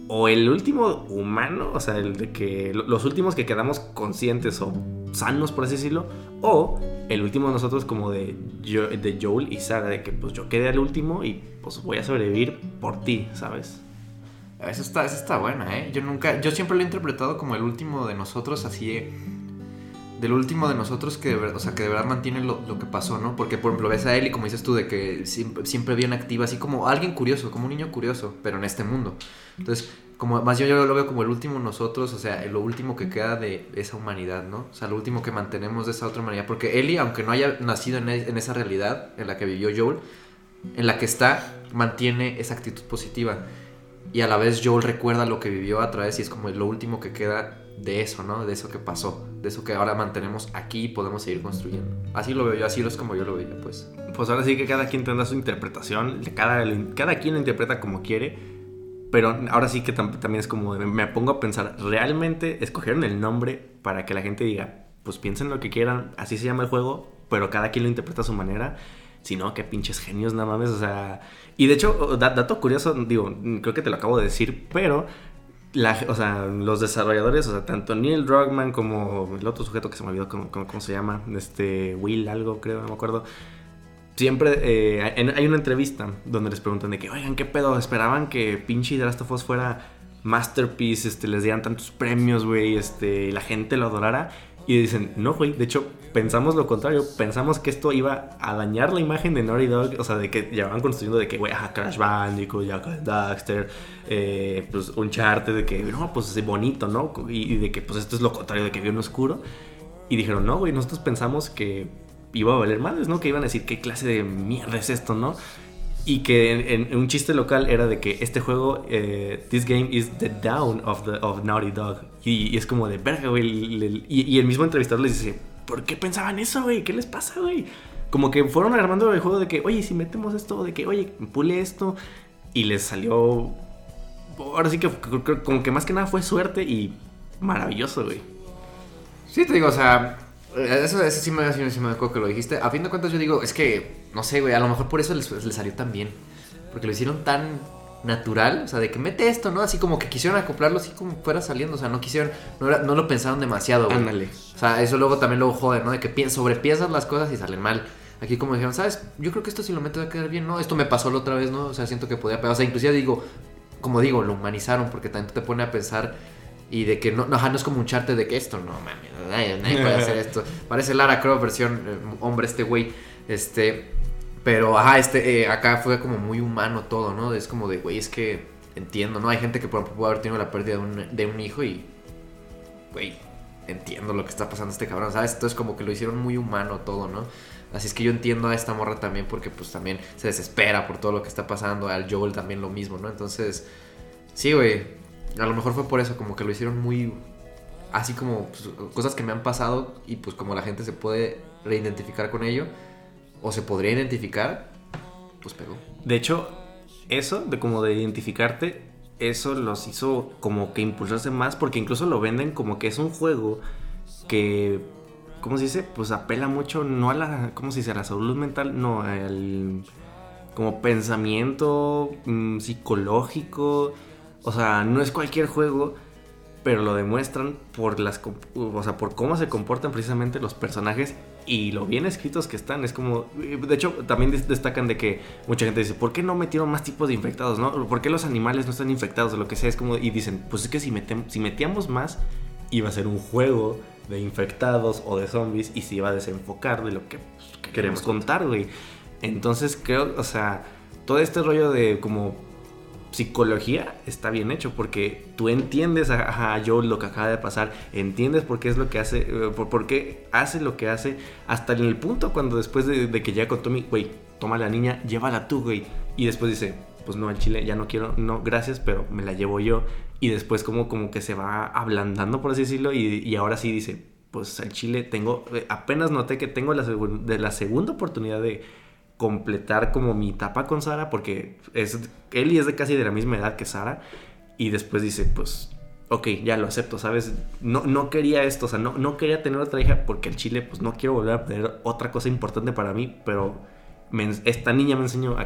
o el último humano, o sea, el de que los últimos que quedamos conscientes o sanos, por así decirlo, o el último de nosotros como de Joel y Sarah, de que pues yo quedé al último y pues voy a sobrevivir por ti, ¿sabes? Eso está buena, ¿eh? Yo siempre lo he interpretado como el último de nosotros, así del último de nosotros que de verdad mantiene lo que pasó, ¿no? Porque, por ejemplo, ves a Ellie, como dices tú, de que siempre bien activa, así como alguien curioso, como un niño curioso, pero en este mundo. Entonces, como más yo lo veo como el último nosotros, o sea, lo último que queda de esa humanidad, ¿no? O sea, lo último que mantenemos de esa otra humanidad. Porque Ellie, aunque no haya nacido en esa realidad en la que vivió Joel, en la que está, mantiene esa actitud positiva. Y a la vez Joel recuerda lo que vivió a través y es como lo último que queda de eso, ¿no? De eso que pasó, de eso que ahora mantenemos aquí y podemos seguir construyendo. Así lo veo yo, así es como yo lo veía, pues. Pues ahora sí que cada quien tendrá su interpretación, cada quien lo interpreta como quiere, pero ahora sí que también es como, me pongo a pensar, ¿realmente escogieron el nombre para que la gente diga, pues piensen lo que quieran, así se llama el juego, pero cada quien lo interpreta a su manera? Si no, qué pinches genios, nada mames, o sea... Y de hecho, dato curioso, digo, creo que te lo acabo de decir, pero... o sea, los desarrolladores, o sea, tanto Neil Druckmann como el otro sujeto que se me olvidó cómo se llama, Will algo, creo, no me acuerdo. Siempre hay una entrevista donde les preguntan de que, oigan, ¿qué pedo? ¿Esperaban que pinche The Last of Us fuera masterpiece, les dieran tantos premios, güey, y la gente lo adorara? Y dicen, no, güey, de hecho, pensamos lo contrario. Pensamos que esto iba a dañar la imagen de Naughty Dog. O sea, de que ya van construyendo de que, güey, Crash Bandicoot, Jack and Daxter, pues Uncharted, de que, no, pues es bonito, ¿no? Y de que, pues esto es lo contrario, de que vio en oscuro. Y dijeron, no, güey, nosotros pensamos que iba a valer madres, ¿no? Que iban a decir, ¿qué clase de mierda es esto, no? Y que en un chiste local era de que este juego, this game is the down of Naughty Dog. Y es como de verga, güey. Y el mismo entrevistador les dice, ¿por qué pensaban eso, güey? ¿Qué les pasa, güey? Como que fueron armando el juego de que, oye, si metemos esto, de que, oye, pule esto. Y les salió... Ahora sí que como que más que nada fue suerte y maravilloso, güey. Sí, te digo, o sea... Eso sí me acuerdo que lo dijiste. A fin de cuentas yo digo, es que, no sé, güey, a lo mejor por eso les salió tan bien. Porque lo hicieron tan natural, o sea, de que mete esto, ¿no? Así como que quisieron acoplarlo así como fuera saliendo, o sea, no lo pensaron demasiado, güey. Ándale. O sea, eso luego jode, ¿no? De que sobrepiensas las cosas y salen mal. Aquí como dijeron, ¿sabes? Yo creo que esto si lo metes va a quedar bien, ¿no? Esto me pasó la otra vez, ¿no? O sea, siento que podía pegar. O sea, inclusive digo, lo humanizaron porque también te pone a pensar... Y de que no es como un charte de que esto, no mames, nadie puede hacer esto. Parece Lara Croft versión hombre güey. Pero acá fue como muy humano todo, ¿no? Es como de, güey, es que entiendo, ¿no? Hay gente que por ejemplo puede haber tenido la pérdida de un hijo y, güey, entiendo lo que está pasando este cabrón, ¿sabes? Entonces como que lo hicieron muy humano todo, ¿no? Así es que yo entiendo a esta morra también porque pues también se desespera por todo lo que está pasando. Al Joel también lo mismo, ¿no? Entonces, sí, güey. A lo mejor fue por eso, como que lo hicieron muy... Así como pues, cosas que me han pasado y pues como la gente se puede reidentificar con ello o se podría identificar, pues pegó. De hecho, eso de como de identificarte, eso los hizo como que impulsarse más porque incluso lo venden como que es un juego que... ¿Cómo se dice? Pues apela mucho, no a la... ¿Cómo se dice? A la salud mental, no, al... Como pensamiento psicológico... O sea, no es cualquier juego, pero lo demuestran por por cómo se comportan precisamente los personajes y lo bien escritos que están. Es como, de hecho, también destacan de que mucha gente dice, ¿por qué no metieron más tipos de infectados, no? ¿Por qué los animales no están infectados o lo que sea? Es como, y dicen, pues es que si metíamos más, iba a ser un juego de infectados o de zombies y se iba a desenfocar de lo que queremos contar, güey. Entonces creo, o sea, todo este rollo de como psicología está bien hecho porque tú entiendes a Joel lo que acaba de pasar, entiendes por qué es lo que hace, por qué hace lo que hace, hasta en el punto cuando después de que llega con Tommy, güey, toma a la niña, llévala tú, güey, y después dice, pues no, al chile ya no quiero, no, gracias, pero me la llevo yo, y después como que se va ablandando, por así decirlo, y ahora sí dice, pues al chile apenas noté que tengo la segunda oportunidad de completar como mi etapa con Sarah porque Ellie es casi de la misma edad que Sarah y después dice pues ok, ya lo acepto, ¿sabes? No quería esto, o sea, no quería tener otra hija porque el chile pues no quiero volver a tener otra cosa importante para mí, pero esta niña me enseñó a que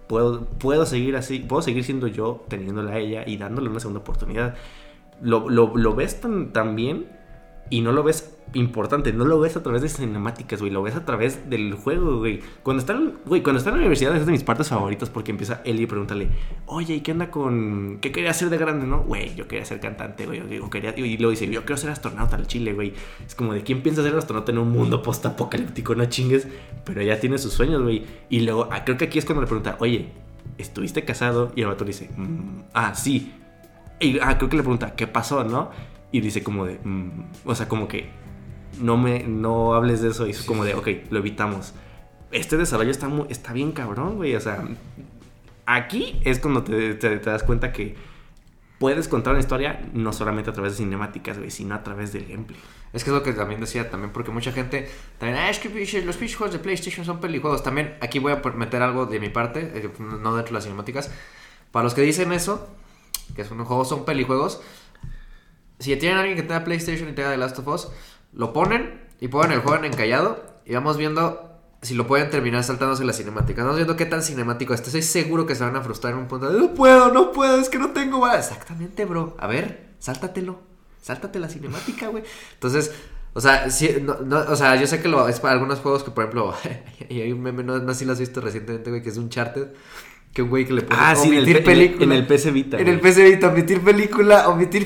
puedo seguir así, puedo seguir siendo yo, teniéndola a ella y dándole una segunda oportunidad. Lo ves tan bien y no lo ves importante, no lo ves a través de cinemáticas, güey, lo ves a través del juego, güey. Cuando está en la universidad es de mis partes favoritas porque empieza Ellie y pregúntale, oye, ¿y qué onda con qué quería hacer de grande, no? Güey, yo quería ser cantante, güey, y luego dice, yo quiero ser astronauta al chile, güey. Es como de, ¿quién piensa ser astronauta en un mundo postapocalíptico? No chingues, pero ella tiene sus sueños, güey. Y luego, creo que aquí es cuando le pregunta, oye, ¿estuviste casado? Y el vato dice, sí. Y creo que le pregunta, ¿qué pasó, no? Y dice como de, o sea, como que no hables de eso. Y es como de, ok, lo evitamos. Este desarrollo está bien cabrón, güey. O sea, aquí es cuando te das cuenta que puedes contar una historia no solamente a través de cinemáticas, güey, sino a través del gameplay. Es que es lo que también decía, también porque mucha gente también, es que los pinches juegos de PlayStation son pelijuegos. También aquí voy a meter algo de mi parte, no dentro de las cinemáticas. Para los que dicen eso, que son juegos, son pelijuegos, si tienen a alguien que tenga PlayStation y tenga The Last of Us, lo ponen y ponen el juego en encallado y vamos viendo si lo pueden terminar saltándose las cinemáticas. Vamos viendo qué tan cinemático está. Estoy seguro que se van a frustrar en un punto de, no puedo, es que no tengo balas. Exactamente, bro. A ver, sáltate la cinemática, güey. Entonces, o sea, o sea, yo sé que es para algunos juegos que, por ejemplo, y hay un meme, no sé si lo has visto recientemente, güey, que es Uncharted. Que un güey que le pone omitir película. En el PC Vita. En el PC Vita, omitir película.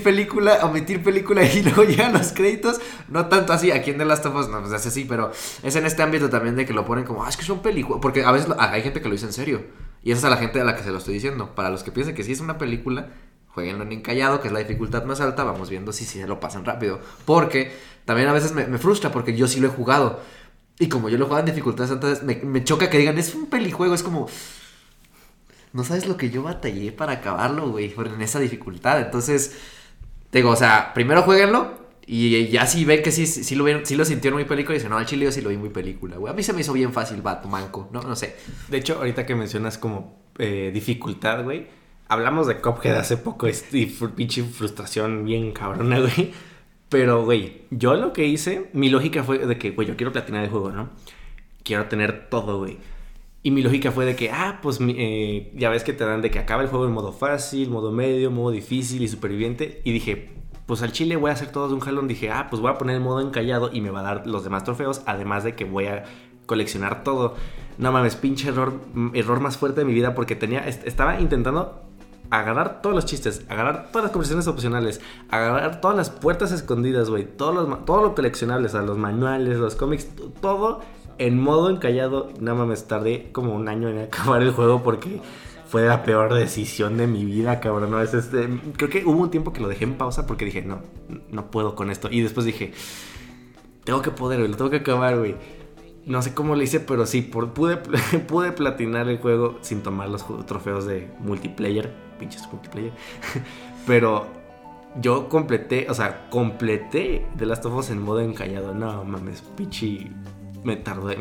Y luego llegan los créditos. No tanto así. Aquí en The Last of Us no, pues hace así. Pero es en este ámbito también de que lo ponen como, es que son películas. Porque a veces hay gente que lo dice en serio. Y esa es a la gente a la que se lo estoy diciendo. Para los que piensen que sí es una película, jueguenlo en encallado, que es la dificultad más alta. Vamos viendo si se lo pasan rápido. Porque también a veces me frustra porque yo sí lo he jugado. Y como yo lo he jugado en dificultades altas, me choca que digan, es un pelijuego. Es como, no sabes lo que yo batallé para acabarlo, güey, en esa dificultad. Entonces, digo, o sea, primero jueguenlo y ya si ven que sí lo sintieron muy película y dicen, no, al chile yo sí lo vi muy película, güey. A mí se me hizo bien fácil, vato, manco, no sé. De hecho, ahorita que mencionas como dificultad, güey, hablamos de Cuphead hace poco y pinche frustración bien cabrona, güey. Pero, güey, yo lo que hice, mi lógica fue de que, güey, yo quiero platinar el juego, ¿no? Quiero tener todo, güey. Y mi lógica fue de que, pues ya ves que te dan de que acaba el juego en modo fácil, modo medio, modo difícil y superviviente. Y dije, pues al chile voy a hacer todos de un jalón. Dije, pues voy a poner el modo encallado y me va a dar los demás trofeos. Además de que voy a coleccionar todo. No mames, pinche error más fuerte de mi vida porque estaba intentando agarrar todos los chistes, agarrar todas las conversaciones opcionales, agarrar todas las puertas escondidas, güey. Todo lo coleccionable, o sea, los manuales, los cómics, todo en modo encallado. Nada más me tardé como un año en acabar el juego porque fue la peor decisión de mi vida, cabrón. ¿No? Creo que hubo un tiempo que lo dejé en pausa porque dije, no puedo con esto. Y después dije, tengo que poder, güey, lo tengo que acabar, güey. No sé cómo lo hice, pero sí, pude platinar el juego sin tomar los trofeos de multiplayer. Pinches multiplayer. Pero yo completé The Last of Us en modo encallado. No mames, pinche. Me tardé.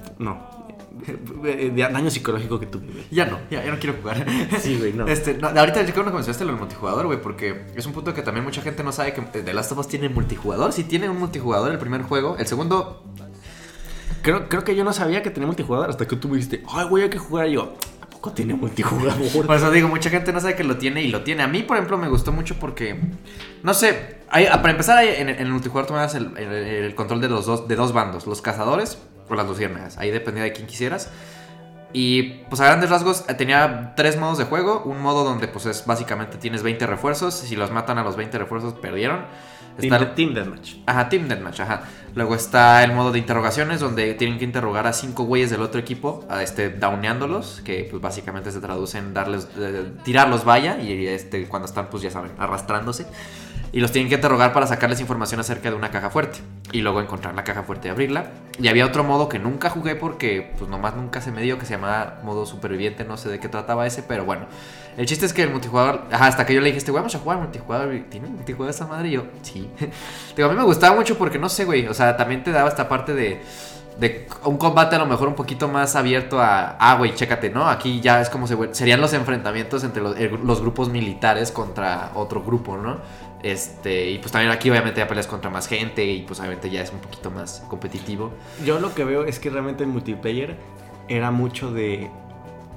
Daño psicológico que tuve, güey. Ya no quiero jugar. Sí, güey, no. Ahorita yo creo que mencionaste lo del multijugador, güey, porque es un punto que también mucha gente no sabe que The Last of Us tiene multijugador. Sí tiene un multijugador el primer juego. El segundo, creo que yo no sabía que tenía multijugador hasta que tú me dijiste, ay, güey, hay que jugar. Y yo, ¿a poco tiene multijugador? Por eso digo, mucha gente no sabe que lo tiene y lo tiene. A mí, por ejemplo, me gustó mucho porque, no sé, para empezar, en el multijugador tú me das el control de dos bandos, los cazadores o las luciérnagas. Ahí dependía de quién quisieras. Y pues a grandes rasgos tenía 3 modos de juego. Un modo donde pues básicamente tienes 20 refuerzos. Si los matan a los 20 refuerzos, perdieron. Team Deathmatch. Ajá, Team Deathmatch, ajá. Luego está el modo de interrogaciones, donde tienen que interrogar a 5 güeyes del otro equipo, downeándolos, que pues básicamente se traduce en tirarlos vaya, y cuando están, pues ya saben, arrastrándose. Y los tienen que interrogar para sacarles información acerca de una caja fuerte. Y luego encontrar la caja fuerte y abrirla. Y había otro modo que nunca jugué porque pues nomás nunca se me dio, que se llamaba modo superviviente. No sé de qué trataba ese, pero bueno. El chiste es que el multijugador, hasta que yo le dije, vamos a jugar multijugador. ¿Tiene multijugador esa madre? Y yo, sí. Digo, a mí me gustaba mucho porque no sé, güey. O sea, también te daba esta parte de un combate a lo mejor un poquito más abierto güey, chécate, ¿no? Aquí ya es como serían los enfrentamientos entre los grupos militares contra otro grupo, ¿no? Y pues también aquí obviamente ya peleas contra más gente y pues obviamente ya es un poquito más competitivo. Yo lo que veo es que realmente el multiplayer era mucho de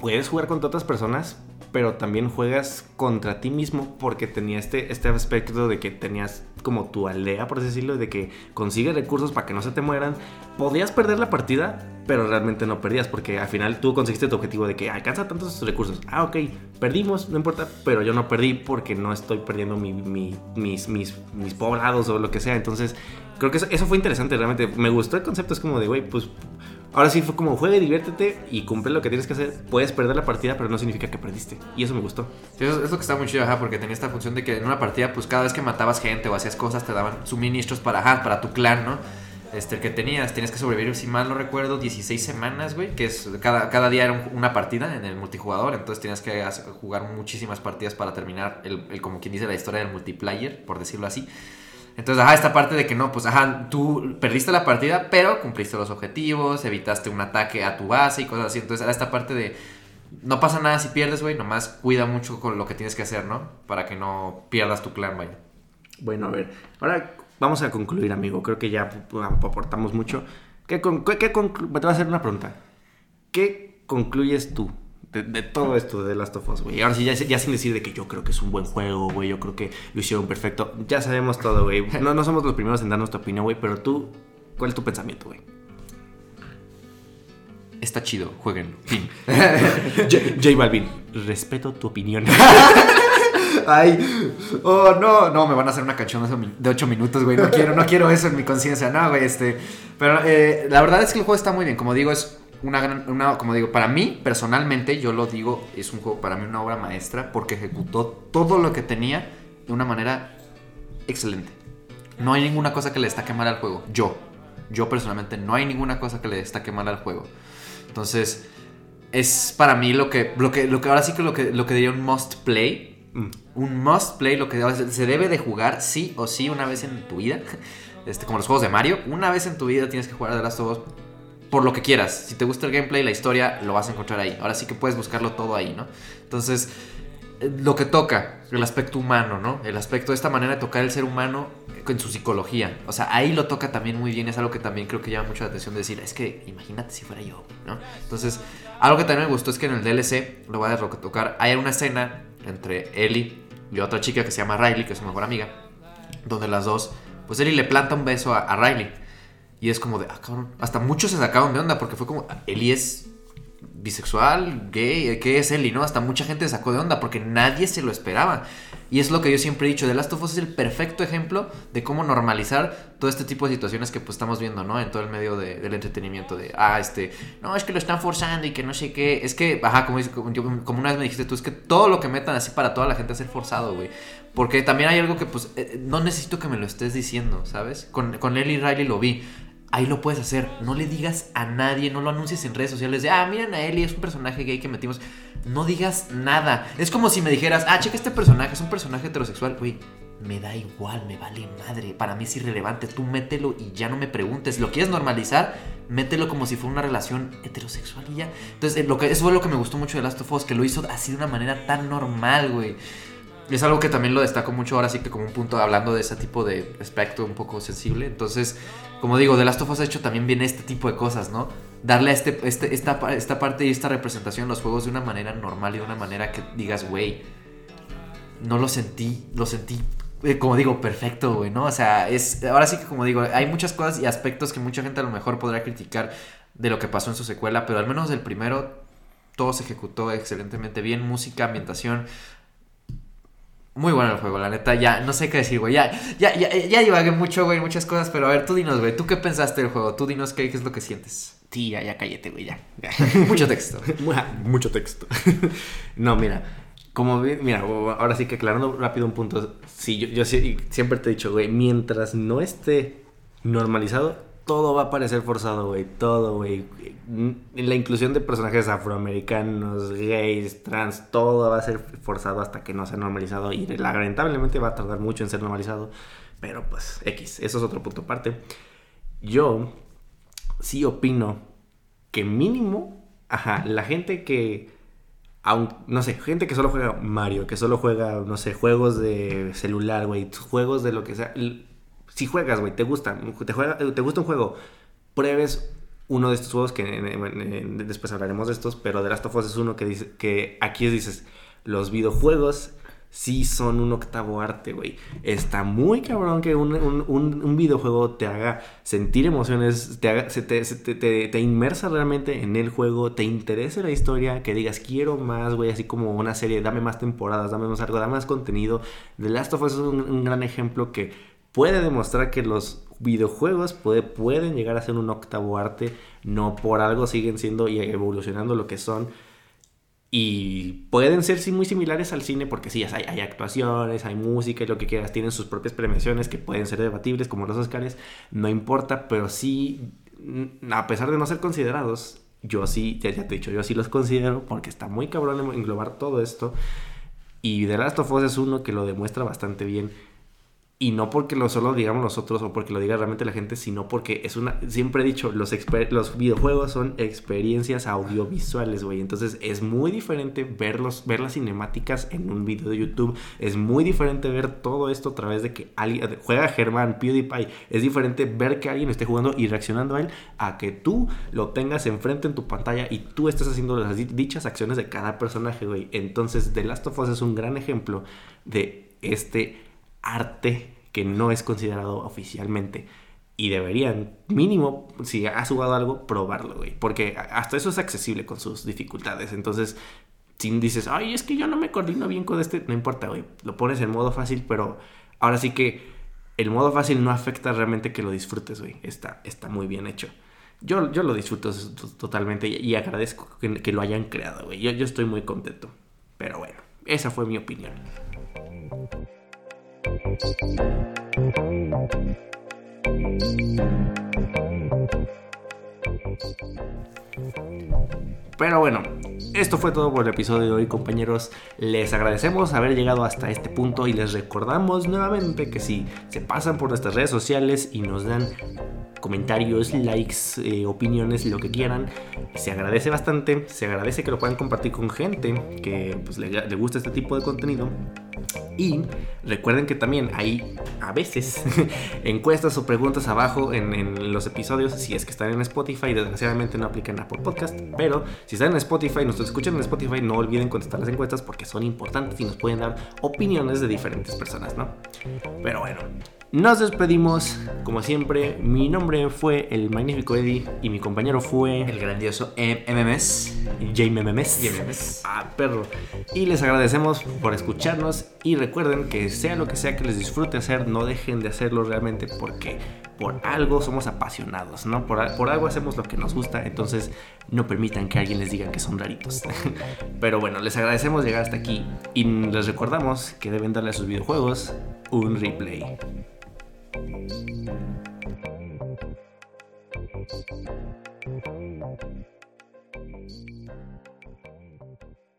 puedes jugar contra otras personas, pero también juegas contra ti mismo porque tenía este aspecto de que tenías como tu aldea, por así decirlo, de que consigues recursos para que no se te mueran. Podías perder la partida, pero realmente no perdías porque al final tú conseguiste tu objetivo de que alcanza tantos recursos. Ah, ok, perdimos, no importa, pero yo no perdí porque no estoy perdiendo mis poblados o lo que sea. Entonces, creo que eso fue interesante, realmente. Me gustó el concepto, es como de, güey, pues... Ahora sí fue como juega y diviértete y cumple lo que tienes que hacer. Puedes perder la partida, pero no significa que perdiste. Y eso me gustó. Sí, eso es lo que está muy chido, porque tenía esta función de que en una partida, pues cada vez que matabas gente o hacías cosas, te daban suministros para tu clan, ¿no? El que tenías que sobrevivir, si mal no recuerdo, 16 semanas, güey. Que es cada día era una partida en el multijugador. Entonces tenías que jugar muchísimas partidas para terminar el como quien dice, la historia del multiplayer, por decirlo así. Entonces, esta parte de que no, pues, tú perdiste la partida, pero cumpliste los objetivos, evitaste un ataque a tu base y cosas así. Entonces, era esta parte de, no pasa nada si pierdes, güey, nomás cuida mucho con lo que tienes que hacer, ¿no? Para que no pierdas tu clan, vaya. Bueno, a ver, ahora vamos a concluir, amigo. Creo que ya aportamos mucho. Te voy a hacer una pregunta. ¿Qué concluyes tú de todo esto de The Last of Us, güey? Ahora sí, ya sin decir de que yo creo que es un buen juego, güey. Yo creo que lo hicieron perfecto. Ya sabemos todo, güey. No somos los primeros en dar nuestra opinión, güey. Pero tú, ¿cuál es tu pensamiento, güey? Está chido, jueguenlo. Fin. J Balvin, respeto tu opinión. Ay, no, me van a hacer una canción de 8 minutos, güey. No quiero eso en mi conciencia, no, güey. Pero la verdad es que el juego está muy bien. Como digo, es como digo, para mí, personalmente, yo lo digo, es un juego, para mí, una obra maestra, porque ejecutó todo lo que tenía de una manera excelente. No hay ninguna cosa que le destaque mal al juego. Yo personalmente, no hay ninguna cosa que le destaque mal al juego. Entonces, es para mí lo que ahora sí que lo que diría un must play. Un must play, lo que se debe de jugar sí o sí una vez en tu vida. Como los juegos de Mario, una vez en tu vida tienes que jugar a The Last of Us por lo que quieras. Si te gusta el gameplay, la historia, lo vas a encontrar ahí. Ahora sí que puedes buscarlo todo ahí, ¿no? Entonces, lo que toca, el aspecto humano, ¿no? El aspecto de esta manera de tocar el ser humano en su psicología. O sea, ahí lo toca también muy bien. Es algo que también creo que llama mucho la atención de decir, es que imagínate si fuera yo, ¿no? Entonces, algo que también me gustó es que en el DLC, lo voy a tocar, hay una escena entre Ellie y otra chica que se llama Riley, que es su mejor amiga, donde las dos, pues Ellie le planta un beso a Riley. Y es como de, cabrón. Hasta muchos se sacaron de onda porque fue como, Ellie es bisexual, gay, ¿qué es Ellie, no? Hasta mucha gente se sacó de onda porque nadie se lo esperaba. Y es lo que yo siempre he dicho, The Last of Us es el perfecto ejemplo de cómo normalizar todo este tipo de situaciones que pues estamos viendo, ¿no? En todo el medio del entretenimiento de, no, es que lo están forzando y que no sé qué. Es que, como una vez me dijiste tú, es que todo lo que metan así para toda la gente es ser forzado, güey. Porque también hay algo que pues no necesito que me lo estés diciendo, ¿sabes? Con Ellie y Riley lo vi. Ahí lo puedes hacer, no le digas a nadie, no lo anuncies en redes sociales de, miren a Ellie, es un personaje gay que metimos. No digas nada. Es como si me dijeras, checa este personaje, es un personaje heterosexual. Güey, me da igual, me vale madre. Para mí es irrelevante, tú mételo y ya no me preguntes. ¿Lo quieres normalizar? Mételo como si fuera una relación heterosexual y ya. Entonces, eso fue lo que me gustó mucho de Last of Us, que lo hizo así de una manera tan normal, güey. Es algo que también lo destaco mucho ahora sí que como un punto hablando de ese tipo de aspecto un poco sensible. Entonces, como digo, The Last of Us ha hecho también bien este tipo de cosas, ¿no? Darle a esta parte y esta representación en los juegos de una manera normal y de una manera que digas, güey, no lo sentí, como digo, perfecto, güey, ¿no? O sea, ahora sí que como digo, hay muchas cosas y aspectos que mucha gente a lo mejor podrá criticar de lo que pasó en su secuela, pero al menos del primero todo se ejecutó excelentemente bien, música, ambientación. Muy bueno el juego, la neta, ya no sé qué decir, güey. Ya divagué mucho, güey, muchas cosas. Pero a ver, tú dinos, güey, ¿tú qué pensaste del juego? Tú dinos qué es lo que sientes. Sí, ya cállate, güey, ya. Mucho texto. Mucho texto. No, mira, ahora sí que aclarando rápido un punto. Sí, yo siempre te he dicho, güey, mientras no esté normalizado, todo va a parecer forzado, güey. Todo, güey. La inclusión de personajes afroamericanos, gays, trans, todo va a ser forzado hasta que no sea normalizado. Y lamentablemente va a tardar mucho en ser normalizado. Pero pues, eso es otro punto aparte. Yo sí opino que mínimo, la gente que, no sé, gente que solo juega Mario, que solo juega, no sé, juegos de celular, güey, juegos de lo que sea. Si juegas, güey, te gusta un juego, pruebes uno de estos juegos que después hablaremos de estos, pero The Last of Us es uno que dice que aquí dices, los videojuegos sí son un octavo arte, güey. Está muy cabrón que un videojuego te haga sentir emociones, te inmersa realmente en el juego, te interese la historia, que digas quiero más, güey, así como una serie, dame más temporadas, dame más algo, dame más contenido. The Last of Us es un gran ejemplo que puede demostrar que los videojuegos pueden llegar a ser un octavo arte, no por algo siguen siendo y evolucionando lo que son. Y pueden ser sí muy similares al cine porque sí, hay actuaciones, hay música y lo que quieras. Tienen sus propias premiaciones que pueden ser debatibles como los Oscars. No importa, pero sí, a pesar de no ser considerados, yo sí, ya te he dicho, yo sí los considero porque está muy cabrón englobar todo esto. Y The Last of Us es uno que lo demuestra bastante bien. Y no porque lo solo digamos nosotros o porque lo diga realmente la gente, sino porque es una... Siempre he dicho, los videojuegos son experiencias audiovisuales, güey. Entonces es muy diferente ver las cinemáticas en un video de YouTube. Es muy diferente ver todo esto a través de que alguien juega Germán, PewDiePie. Es diferente ver que alguien esté jugando y reaccionando a él a que tú lo tengas enfrente en tu pantalla y tú estés haciendo las dichas acciones de cada personaje, güey. Entonces The Last of Us es un gran ejemplo de este arte que no es considerado oficialmente y deberían, mínimo, si has jugado algo, probarlo, güey, porque hasta eso es accesible con sus dificultades. Entonces, si dices, ay, es que yo no me coordino bien con no importa, güey, lo pones en modo fácil, pero ahora sí que el modo fácil no afecta realmente que lo disfrutes, güey, está muy bien hecho. Yo lo disfruto totalmente y agradezco que lo hayan creado, güey. Yo estoy muy contento, pero bueno, esa fue mi opinión. Pero bueno, esto fue todo por el episodio de hoy, compañeros. Les agradecemos haber llegado hasta este punto y les recordamos nuevamente que si se pasan por nuestras redes sociales y nos dan comentarios, likes, opiniones, lo que quieran, se agradece bastante. Se agradece que lo puedan compartir con gente que pues, le gusta este tipo de contenido. Y recuerden que también hay a veces encuestas o preguntas abajo en los episodios. Si es que están en Spotify, desgraciadamente no aplican a Apple Podcast, pero si están en Spotify, nos escuchan en Spotify, no olviden contestar las encuestas porque son importantes y nos pueden dar opiniones de diferentes personas, ¿no? Pero bueno, nos despedimos. Como siempre, mi nombre fue el magnífico Eddie y mi compañero fue el grandioso MMS. JMMS. Ah, perro. Y les agradecemos por escucharnos y recuerden que sea lo que sea que les disfrute hacer, no dejen de hacerlo realmente porque por algo somos apasionados, ¿no? Por algo hacemos lo que nos gusta, entonces no permitan que alguien les diga que son raritos. Pero bueno, les agradecemos llegar hasta aquí y les recordamos que deben darle a sus videojuegos un replay.